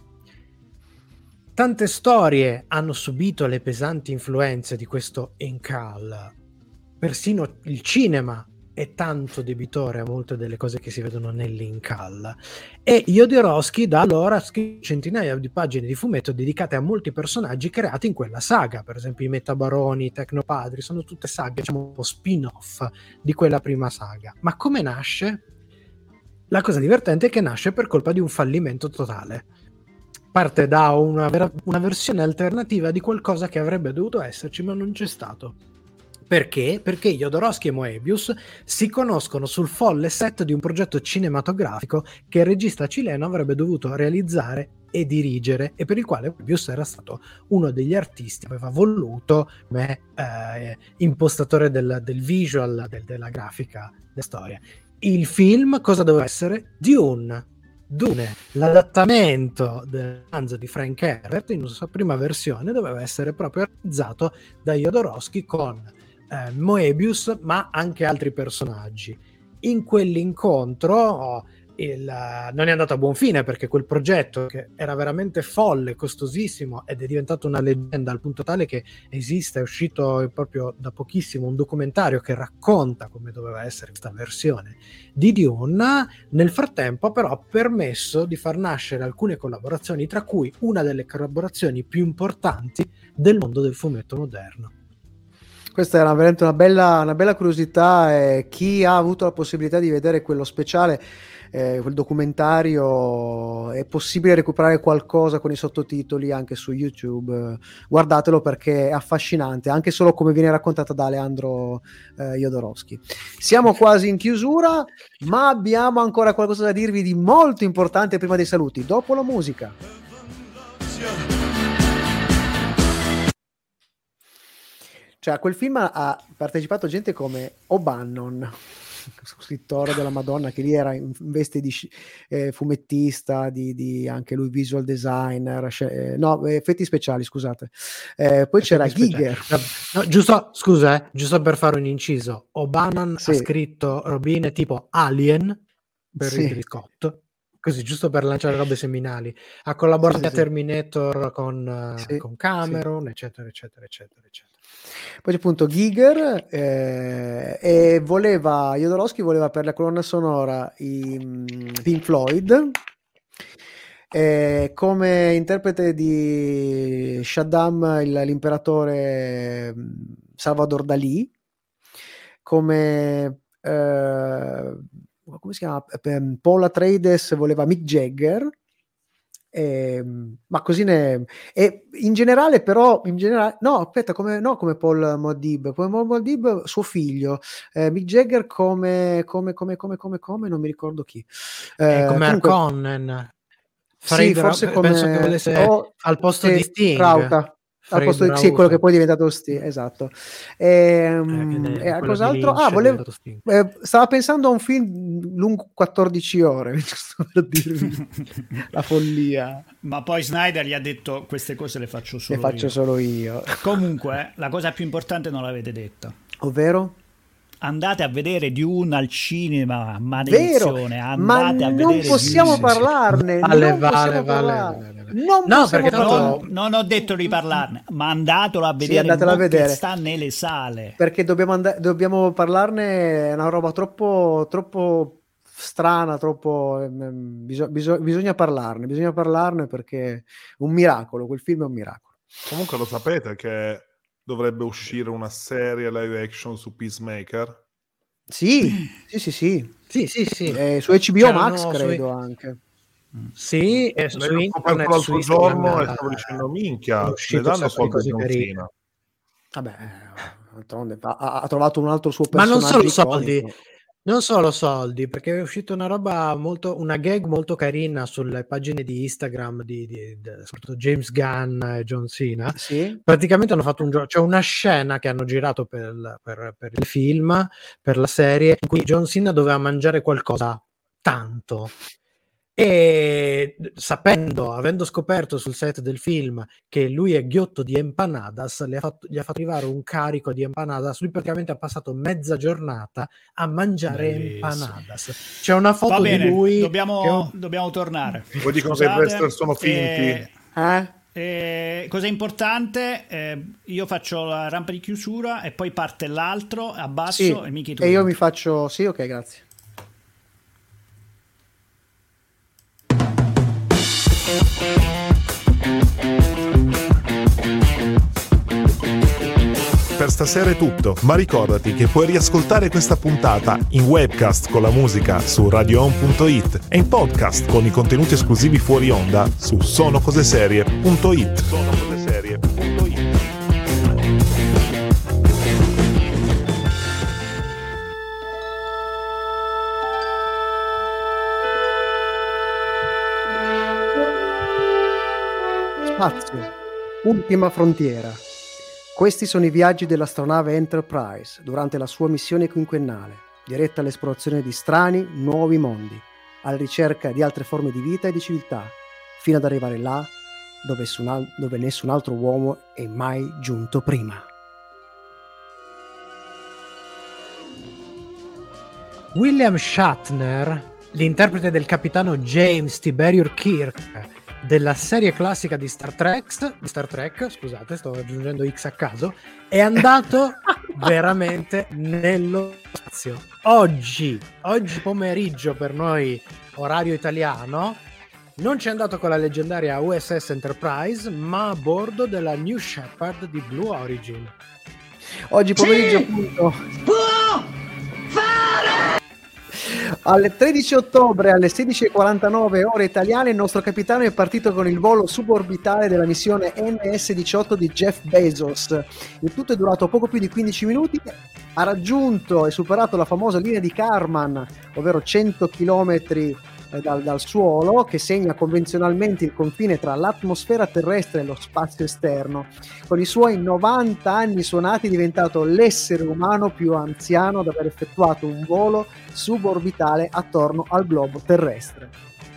Tante storie hanno subito le pesanti influenze di questo Linkal, persino il cinema è tanto debitore a molte delle cose che si vedono nell'Inkal, e Jodorowsky da allora ha scritto centinaia di pagine di fumetto dedicate a molti personaggi creati in quella saga, per esempio i Metabaroni, i Tecnopadri, sono tutte saghe, diciamo un po' spin-off di quella prima saga. Ma come nasce? La cosa divertente è che nasce per colpa di un fallimento totale. Parte da una, vera- una versione alternativa di qualcosa che avrebbe dovuto esserci ma non c'è stato. Perché? Perché Jodorowsky e Moebius si conoscono sul folle set di un progetto cinematografico che il regista cileno avrebbe dovuto realizzare e dirigere, e per il quale Moebius era stato uno degli artisti, aveva voluto come eh, impostatore del, del visual, del, della grafica, della storia. Il film cosa doveva essere? Dune. Dune, l'adattamento del romanzo di Frank Herbert in una sua prima versione doveva essere proprio realizzato da Jodorowsky con Eh, Moebius, ma anche altri personaggi. In quell'incontro oh, il, uh, non è andato a buon fine, perché quel progetto, che era veramente folle, costosissimo ed è diventato una leggenda al punto tale che esiste, è uscito proprio da pochissimo un documentario che racconta come doveva essere questa versione di Dune. Nel frattempo però ha permesso di far nascere alcune collaborazioni, tra cui una delle collaborazioni più importanti del mondo del fumetto moderno. Questa era veramente una bella, una bella curiosità, e chi ha avuto la possibilità di vedere quello speciale, eh, quel documentario, è possibile recuperare qualcosa con i sottotitoli anche su YouTube, guardatelo perché è affascinante, anche solo come viene raccontata da Alejandro eh, Jodorowsky. Siamo quasi in chiusura, ma abbiamo ancora qualcosa da dirvi di molto importante prima dei saluti, dopo la musica. Cioè, a quel film ha partecipato gente come O'Bannon, scrittore della Madonna, che lì era in veste di eh, fumettista, di, di anche lui visual designer, eh, no, effetti speciali, scusate. Eh, poi effetti c'era Giger. No, giusto, scusa, eh, giusto per fare un inciso. O'Bannon sì. ha scritto robine tipo Alien per sì. Ridley Scott. Così, giusto per lanciare robe seminali. Ha collaborato sì, a sì, Terminator sì. Con, sì, con Cameron, sì. eccetera, eccetera, eccetera, eccetera. Poi c'è appunto Giger, eh, e voleva, Jodorowsky voleva per la colonna sonora i um, Pink Floyd, eh, come interprete di Shaddam, il, l'imperatore Salvador Dalì, come... Eh, come si chiama? Paul Atreides voleva Mick Jagger, eh, ma così ne e in generale però in generale no aspetta come no come Paul Modib come Paul Modib suo figlio, eh, Mick Jagger come come come come come come non mi ricordo chi, eh, come comunque, Harkonnen sì, forse come penso che volesse oh, al posto sì, di Sting Rauta. Al posto di, sì, quello che poi è diventato Sting, esatto. E, eh, e cos'altro? Ah, volevo, eh, stava pensando a un film lungo quattordici ore, giusto per dirvi la follia. Ma poi Snyder gli ha detto: queste cose le faccio solo le faccio io. solo io. Comunque, la cosa più importante non l'avete detta. Ovvero? Andate a vedere Dune al cinema, maledizione. Vero, andate ma a non vedere possiamo Dune. parlarne. Vale, non vale, possiamo vale, parlarne. vale, vale. Non no, perché non, non ho detto di parlarne, ma andatelo a vedere, sì, andatelo a vedere. Sta nelle sale. Perché dobbiamo, and- dobbiamo parlarne, è una roba troppo, troppo strana, troppo ehm, bisog- bisog- bisogna parlarne, bisogna parlarne perché è un miracolo, quel film è un miracolo. Comunque lo sapete che dovrebbe uscire una serie live action su Peacemaker? Sì, sì, sì, sì. Sì, sì, sì. Eh, su H B O C'erano Max su- credo anche. Sì, e su Ne ho scoperto internet, su l'altro Instagram, giorno e eh, stavo dicendo è minchia, ne uscito un danno sacco di soldi a cose John carine. Cena. Vabbè, d'altronde ha, ha trovato un altro suo Ma non personaggio solo soldi, iconico. non solo soldi, perché è uscita una roba molto, una gag molto carina sulle pagine di Instagram di, di, di soprattutto James Gunn e John Cena. Sì? Praticamente hanno fatto un gioco, c'è una scena che hanno girato per, il- per, per il film, per la serie, in cui John Cena doveva mangiare qualcosa tanto. E sapendo, avendo scoperto sul set del film che lui è ghiotto di empanadas, le ha fatto, gli ha fatto arrivare un carico di empanadas. Lui praticamente ha passato mezza giornata a mangiare Bellissimo. empanadas. C'è una foto Va bene, di lui dobbiamo, che è un- dobbiamo tornare. Poi dicono che i Scusate, wrestler sono finti. eh, Eh? eh, cosa importante, eh, io faccio la rampa di chiusura e poi parte l'altro, abbasso Sì, e Miki tu e io entri. mi faccio... Sì, ok, grazie. Per stasera è tutto, ma ricordati che puoi riascoltare questa puntata in webcast con la musica su radio on punto it e in podcast con i contenuti esclusivi fuori onda su sonocoseserie punto it. sonocoseserie punto it. Spazio, ultima frontiera. Questi sono i viaggi dell'astronave Enterprise durante la sua missione quinquennale, diretta all'esplorazione di strani, nuovi mondi, alla ricerca di altre forme di vita e di civiltà, fino ad arrivare là dove, nessun al- dove nessun altro uomo è mai giunto prima. William Shatner, l'interprete del capitano James Tiberius Kirk della serie classica di Star Trek, di Star Trek, scusate, sto aggiungendo X a caso, è andato veramente nello spazio. Oggi, oggi pomeriggio per noi, orario italiano, non c'è andato con la leggendaria U S S Enterprise, ma a bordo della New Shepard di Blue Origin. Oggi pomeriggio appunto alle tredici ottobre alle sedici e quarantanove ore italiane il nostro capitano è partito con il volo suborbitale della missione N S diciotto di Jeff Bezos. Il tutto è durato poco più di quindici minuti, ha raggiunto e superato la famosa linea di Kármán, ovvero cento chilometri dal, dal suolo, che segna convenzionalmente il confine tra l'atmosfera terrestre e lo spazio esterno. Con i suoi novanta anni suonati è diventato l'essere umano più anziano ad aver effettuato un volo suborbitale attorno al globo terrestre.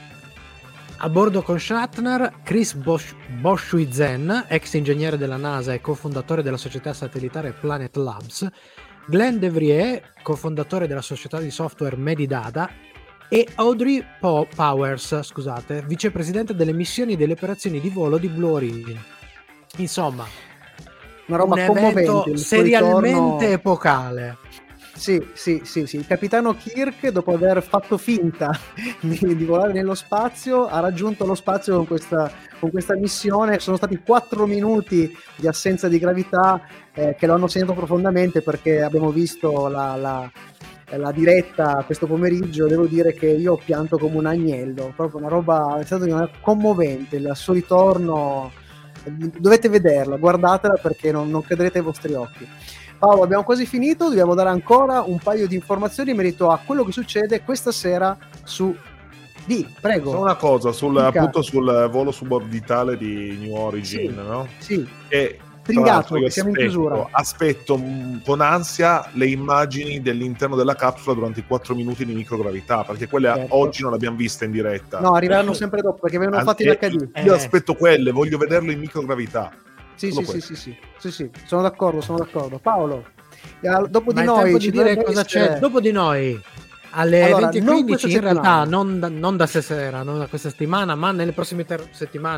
A bordo con Shatner, Chris Bosch- Boschhuizen, ex ingegnere della NASA e cofondatore della società satellitare Planet Labs, Glenn DeVrier, cofondatore della società di software Medidata, e Audrey po- Powers, scusate, vicepresidente delle missioni e delle operazioni di volo di Blue Origin. Insomma, Una roba un commovente, evento il suo serialmente ritorno- epocale. Sì, sì, sì, sì. Il capitano Kirk, dopo aver fatto finta di, di volare nello spazio, ha raggiunto lo spazio con questa, con questa missione. Sono stati quattro minuti di assenza di gravità eh, che lo hanno segnato profondamente, perché abbiamo visto la, la, la diretta questo pomeriggio. Devo dire che io ho pianto come un agnello, proprio una roba, è stato una- commovente. Il suo ritorno, dovete vederla, guardatela perché non, non crederete ai vostri occhi. Paolo, abbiamo quasi finito, dobbiamo dare ancora un paio di informazioni in merito a quello che succede questa sera su D, prego. Solo una cosa, sul, Dica. appunto sul volo suborbitale di New Origin, Sì, no? sì. E tra Stringato, l'altro io che siamo in aspetto, chiusura. aspetto mh, con ansia le immagini dell'interno della capsula durante i quattro minuti di microgravità, perché quelle Certo. oggi non le abbiamo viste in diretta. No, arriveranno sempre dopo perché vengono An- fatti in e- H D. Io Eh. aspetto quelle, voglio vederlo in microgravità. Sì, Solo sì, sì, questo. sì, sì, sì, sì, sono d'accordo, sono d'accordo. Paolo, eh, dopo Ma di è noi tempo ci di dire dovrebbe cosa essere- c'è dopo di noi. Alle Allora, venti e non quindici questa in realtà, settimana. non da, non da stasera, non da questa settimana, ma nelle prossime ter- settimane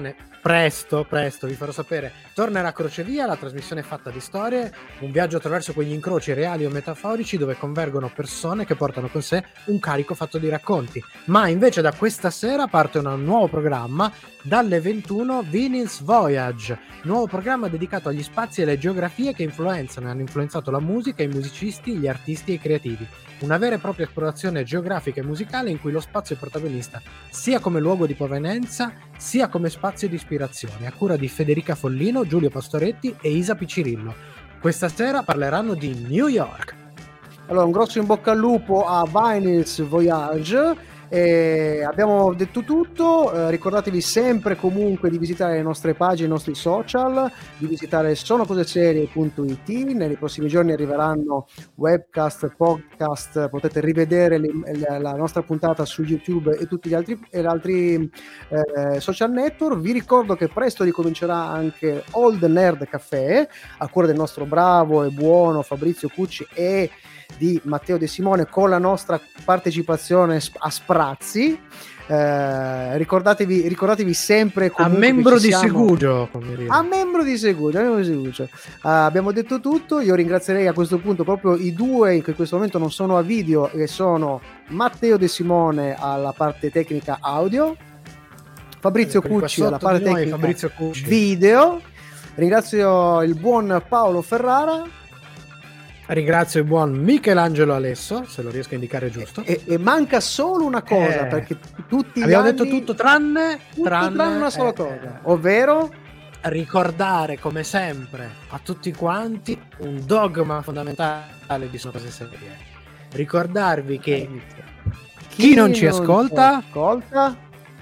Presto, presto, vi farò sapere. Tornerà Crocevia, la trasmissione fatta di storie, un viaggio attraverso quegli incroci reali o metaforici dove convergono persone che portano con sé un carico fatto di racconti. Ma invece da questa sera parte un nuovo programma, dalle ventuno Vinil's Voyage, nuovo programma dedicato agli spazi e alle geografie che influenzano e hanno influenzato la musica, i musicisti, gli artisti e i creativi. Una vera e propria esplorazione geografica e musicale in cui lo spazio è protagonista, sia come luogo di provenienza, sia come spazio di ispirazione, a cura di Federica Follino, Giulio Pastoretti e Isa Piccirillo. Questa sera parleranno di New York. Allora, un grosso in bocca al lupo a Vinil's Voyage. E abbiamo detto tutto, eh, ricordatevi sempre comunque di visitare le nostre pagine, i nostri social, di visitare sono cose serie punto it. Nei prossimi giorni arriveranno webcast, podcast, potete rivedere le, le, la nostra puntata su YouTube e tutti gli altri, e gli altri eh, social network. Vi ricordo che presto ricomincerà anche Old Nerd Café a cura del nostro bravo e buono Fabrizio Cucci e di Matteo De Simone, con la nostra partecipazione a sprazzi. Eh, ricordatevi, ricordatevi sempre a membro di Segugio, a membro di Segugio, a membro di Segugio. Uh, abbiamo detto tutto. Io ringrazierei a questo punto proprio i due che in questo momento non sono a video, che sono Matteo De Simone alla parte tecnica audio, Fabrizio eh, Cucci alla parte noi, tecnica Fabrizio Cucci. Video. Ringrazio il buon Paolo Ferrara. Ringrazio il buon Michelangelo Alesso, se lo riesco a indicare giusto. E, e manca solo una cosa, eh, perché tutti gli abbiamo anni... detto tutto tranne, tutto tranne, tranne una sola eh, cosa, ovvero ricordare come sempre a tutti quanti un dogma fondamentale di Sono Cose Serie. Ricordarvi che chi, chi non ci ascolta, ascolta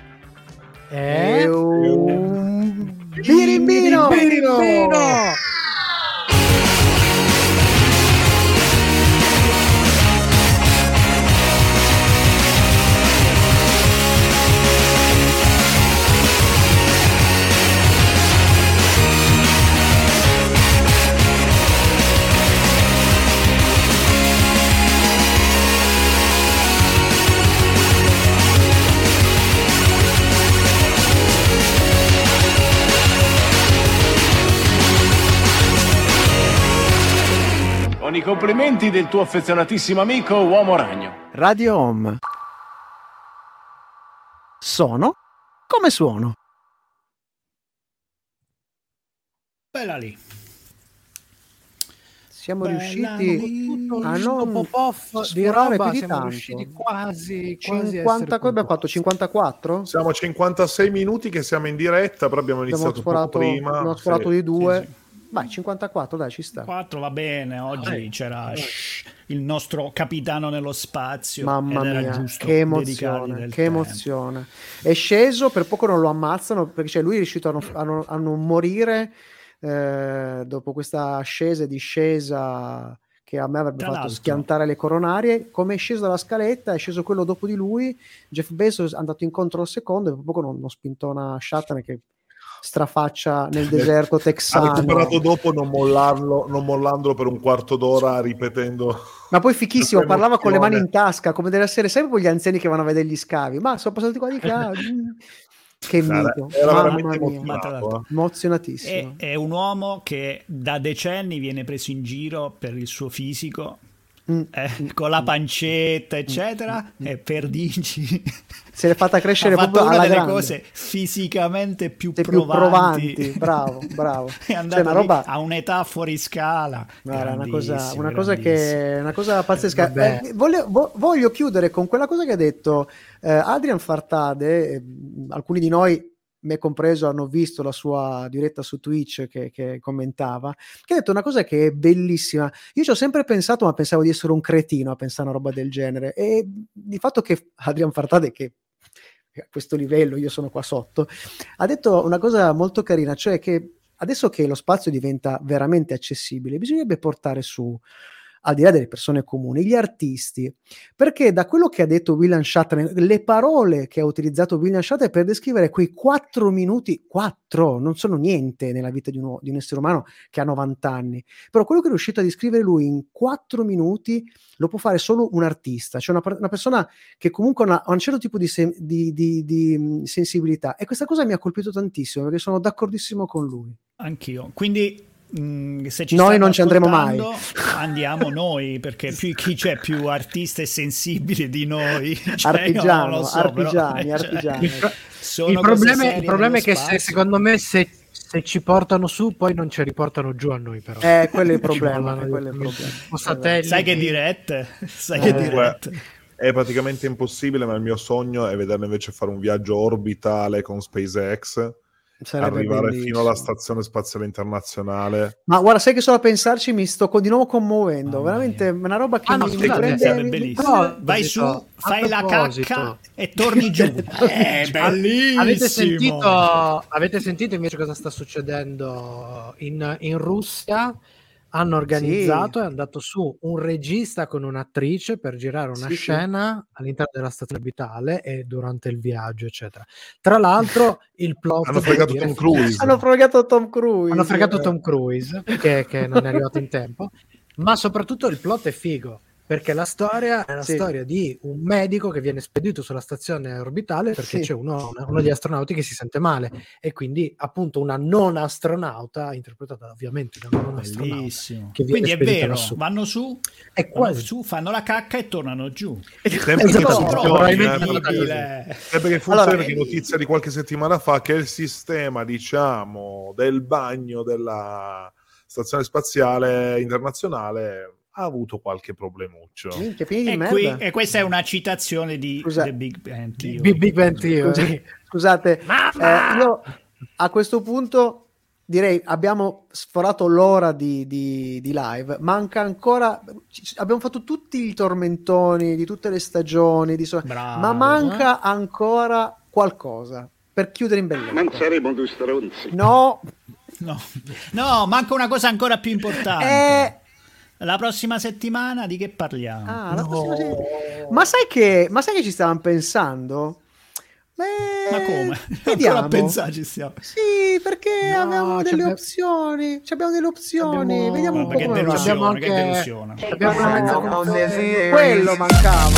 è, è un birimbino. birimbino. Con i complimenti del tuo affezionatissimo amico Uomo Ragno. Radio Home. Sono come suono. Bella lì. Siamo Bella riusciti tutto a non pop-off di sforare roba, più di siamo tanto. riusciti quasi, quasi cinquanta, come abbiamo fatto? cinquantaquattro? Siamo a cinquantasei minuti che siamo in diretta, però abbiamo iniziato abbiamo sforato, poco prima. Abbiamo sforato sì. di due. Sì, sì. Vai, cinquantaquattro, dai, ci sta. quattro va bene, oggi c'era shh, il nostro capitano nello spazio. Mamma ed era mia, giusto che emozione, che tempo. emozione. È sceso, per poco non lo ammazzano, perché cioè, lui è riuscito a non, a non, a non morire eh, dopo questa ascesa e discesa che a me avrebbe Tra fatto l'altro. schiantare le coronarie. Come è sceso dalla scaletta, è sceso quello dopo di lui, Jeff Bezos è andato incontro al secondo e per poco non, non spintona Shatner che strafaccia nel deserto texano. Ha recuperato dopo non mollarlo, non mollandolo per un quarto d'ora ripetendo. Ma poi fichissimo, parlava con le mani in tasca come deve essere sempre gli anziani che vanno a vedere gli scavi. Ma sono passati qua di qua. Che mito, era mamma veramente mia. emozionato, eh. Emozionatissimo. È, è un uomo che da decenni viene preso in giro per il suo fisico, Mm. eh, con la pancetta eccetera, Mm. e per dici Se l'è fatta crescere ha fatto proprio una alla delle grande. cose fisicamente più Sei provanti, più provanti. Bravo, bravo. è andato Cioè, una roba... a un'età fuori scala. Guarda, una cosa, Grandissimo, una cosa che una cosa pazzesca. Vabbè. Eh, voglio, vo- voglio chiudere con quella cosa che ha detto eh, Adrian Fartade. Eh, alcuni di noi, me compreso, hanno visto la sua diretta su Twitch che, che commentava, che ha detto una cosa che è bellissima. Io ci ho sempre pensato, ma pensavo di essere un cretino a pensare a una roba del genere, e di fatto che Adrian Fartade, che a questo livello io sono qua sotto, ha detto una cosa molto carina, cioè che adesso che lo spazio diventa veramente accessibile bisognerebbe portare su al di là delle persone comuni, gli artisti, perché da quello che ha detto William Shatner, le parole che ha utilizzato William Shatner per descrivere quei quattro minuti, quattro, non sono niente nella vita di, uno, di un essere umano che ha novanta anni, però quello che è riuscito a descrivere lui in quattro minuti lo può fare solo un artista, cioè una, una persona che comunque ha, ha un certo tipo di, sen, di, di, di sensibilità, e questa cosa mi ha colpito tantissimo perché sono d'accordissimo con lui. Anch'io, quindi Mm, se ci noi non ci andremo mai, andiamo noi, perché più, chi c'è più artista e sensibile di noi, cioè, artigiano, so, artigiani, però, artigiani. Cioè, il problema, il problema è che se, secondo me se, se ci portano su poi non ci riportano giù a noi, però eh, quello è il problema, è quello è il problema. Sai che dirette sai che eh, dirette è praticamente impossibile, ma il mio sogno è vederlo invece fare un viaggio orbitale con SpaceX. Sarebbe arrivare bellissimo. Fino alla stazione spaziale internazionale. Ma guarda, sai che solo a pensarci mi sto di nuovo commuovendo, oh, veramente è una roba che ah, mi, no, mi prende bellissimo. No, vai su, fai la cacca e torni giù. È bellissimo. Avete sentito, avete sentito invece cosa sta succedendo in, in Russia? Hanno organizzato, sì. È andato su un regista con un'attrice per girare una sì, scena sì. all'interno della stazione orbitale e durante il viaggio, eccetera. Tra l'altro, il plot hanno fregato Tom Cruise. Hanno fregato Tom Cruise. Hanno fregato Tom Cruise che, che non è arrivato in tempo, ma soprattutto il plot è figo. Perché la storia è una sì. storia di un medico che viene spedito sulla stazione orbitale perché sì. c'è uno, uno degli astronauti che si sente male e quindi appunto una non astronauta interpretata ovviamente da una non astronauta che quindi è vero, lassù. vanno su e vanno su, fanno la cacca e tornano giù. Sempre esatto. che funziona, eh. Sempre che funziona allora, che notizia di qualche settimana fa che il sistema diciamo del bagno della stazione spaziale internazionale ha avuto qualche problemuccio. Minchia, pieni di e, merda. Qui, e questa è una citazione di Scusa, The Big Bang Theory. Big, Big Bang Theory. Scusate, scusate eh, io a questo punto direi abbiamo sforato l'ora di, di, di live, manca ancora, abbiamo fatto tutti i tormentoni di tutte le stagioni, di so- Bravo, ma manca eh? ancora qualcosa per chiudere in bellezza. Non saremo due stronzi. No. No, no, manca una cosa ancora più importante. Eh... La prossima settimana di che parliamo? Ah, la no. se... ma sai che ma sai che ci stavamo pensando? Beh, ma come? Vediamo. Ancora a pensare ci stiamo. Sì, perché no, abbiamo delle abbiamo... opzioni. Abbiamo delle opzioni. Abbiamo... Vediamo un ma po' che come delusione, va. Che delusione. Abbiamo una mezza confusione. Quello mancava.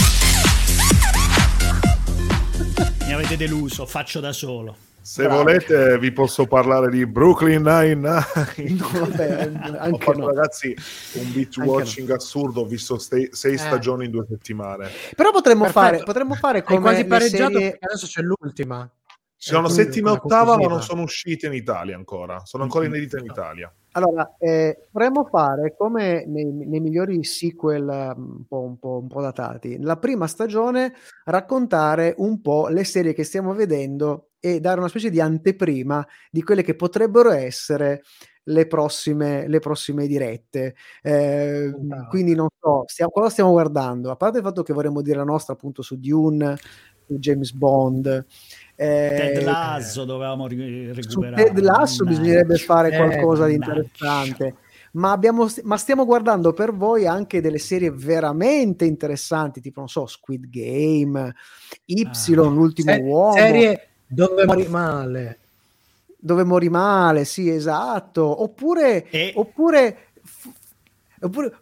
Mi avete deluso, faccio da solo. Se Bravo. volete vi posso parlare di Brooklyn Nine-Nine. No, vabbè, anche ho fatto no. ragazzi un beach anche watching no. assurdo, ho visto sei, sei eh. stagioni in due settimane. Però potremmo Perfetto. fare potremmo fare come quasi pareggiato serie... perché adesso c'è l'ultima. Ci sono settima e ottava ma non sono uscite in Italia ancora, sono ancora inedite in Italia. Allora, eh, potremmo fare come nei, nei migliori sequel un po', un, po', un po' datati, la prima stagione raccontare un po' le serie che stiamo vedendo e dare una specie di anteprima di quelle che potrebbero essere le prossime, le prossime dirette. Eh, no. Quindi non so, stiamo, cosa stiamo guardando? A parte il fatto che vorremmo dire la nostra appunto su Dune, su James Bond, Ted Lasso dovevamo recuperare. Su Ted Lasso bisognerebbe fare qualcosa eh, di interessante. Ma, abbiamo, ma stiamo guardando per voi anche delle serie veramente interessanti, tipo, non so, Squid Game, Y, ah, l'ultimo se- uomo. Serie dove mori male. Dove mori male, sì, esatto. Oppure... E... Oppure... Oppure...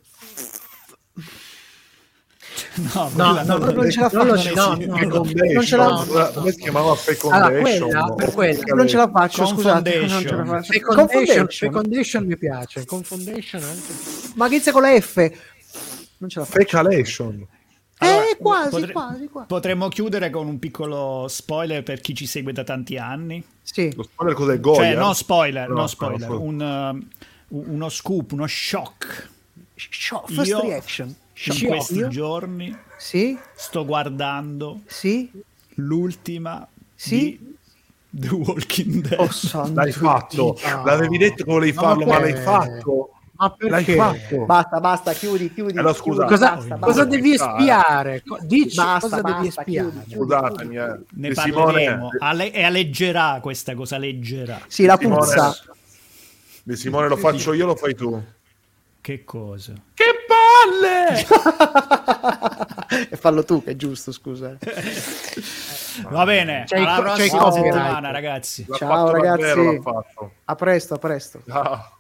No, no, no, no, non ce la faccio. No, no, non ce la faccio. Come si chiamava Fecondation? Ah, quella, quella. Non ce la faccio, scusate. Non ce la faccio. Fecondation, Fecondation mi piace. Confondation anche. Ma che inizia con la F? Non ce la faccio. Fecalation. Allora, eh, quasi, potre- quasi, quasi. Potremmo chiudere con un piccolo spoiler per chi ci segue da tanti anni. Sì. Lo spoiler cos'è? Goya? Cioè, no spoiler, no, no spoiler. No, un, uh, uno scoop, uno shock. Shock, first Io, reaction. In Shock. questi Io? giorni sì? sto guardando sì? l'ultima sì? di The Walking Dead. Oh, l'hai fatto, no. L'avevi detto che volevi farlo, ma l'hai fatto. Ma perché? L'hai fatto. Basta, basta, chiudi, chiudi. Allora, scusa, cosa, basta, cosa basta, devi espiare? Dici basta, cosa basta, devi espiare? Chiudi, Scusatemi, eh. Ne parleremo. Ale- e alleggerà questa cosa, leggerà. Sì, la puzza. Di Simone lo faccio io, lo fai tu. Che cosa? Che poi palle! E fallo tu, che è giusto, scusa. Va bene, C'è alla il- c'è il prossima copyright. settimana, ragazzi. L'ha Ciao fatto ragazzi, davvero, l'ha fatto. a presto, a presto. Ciao.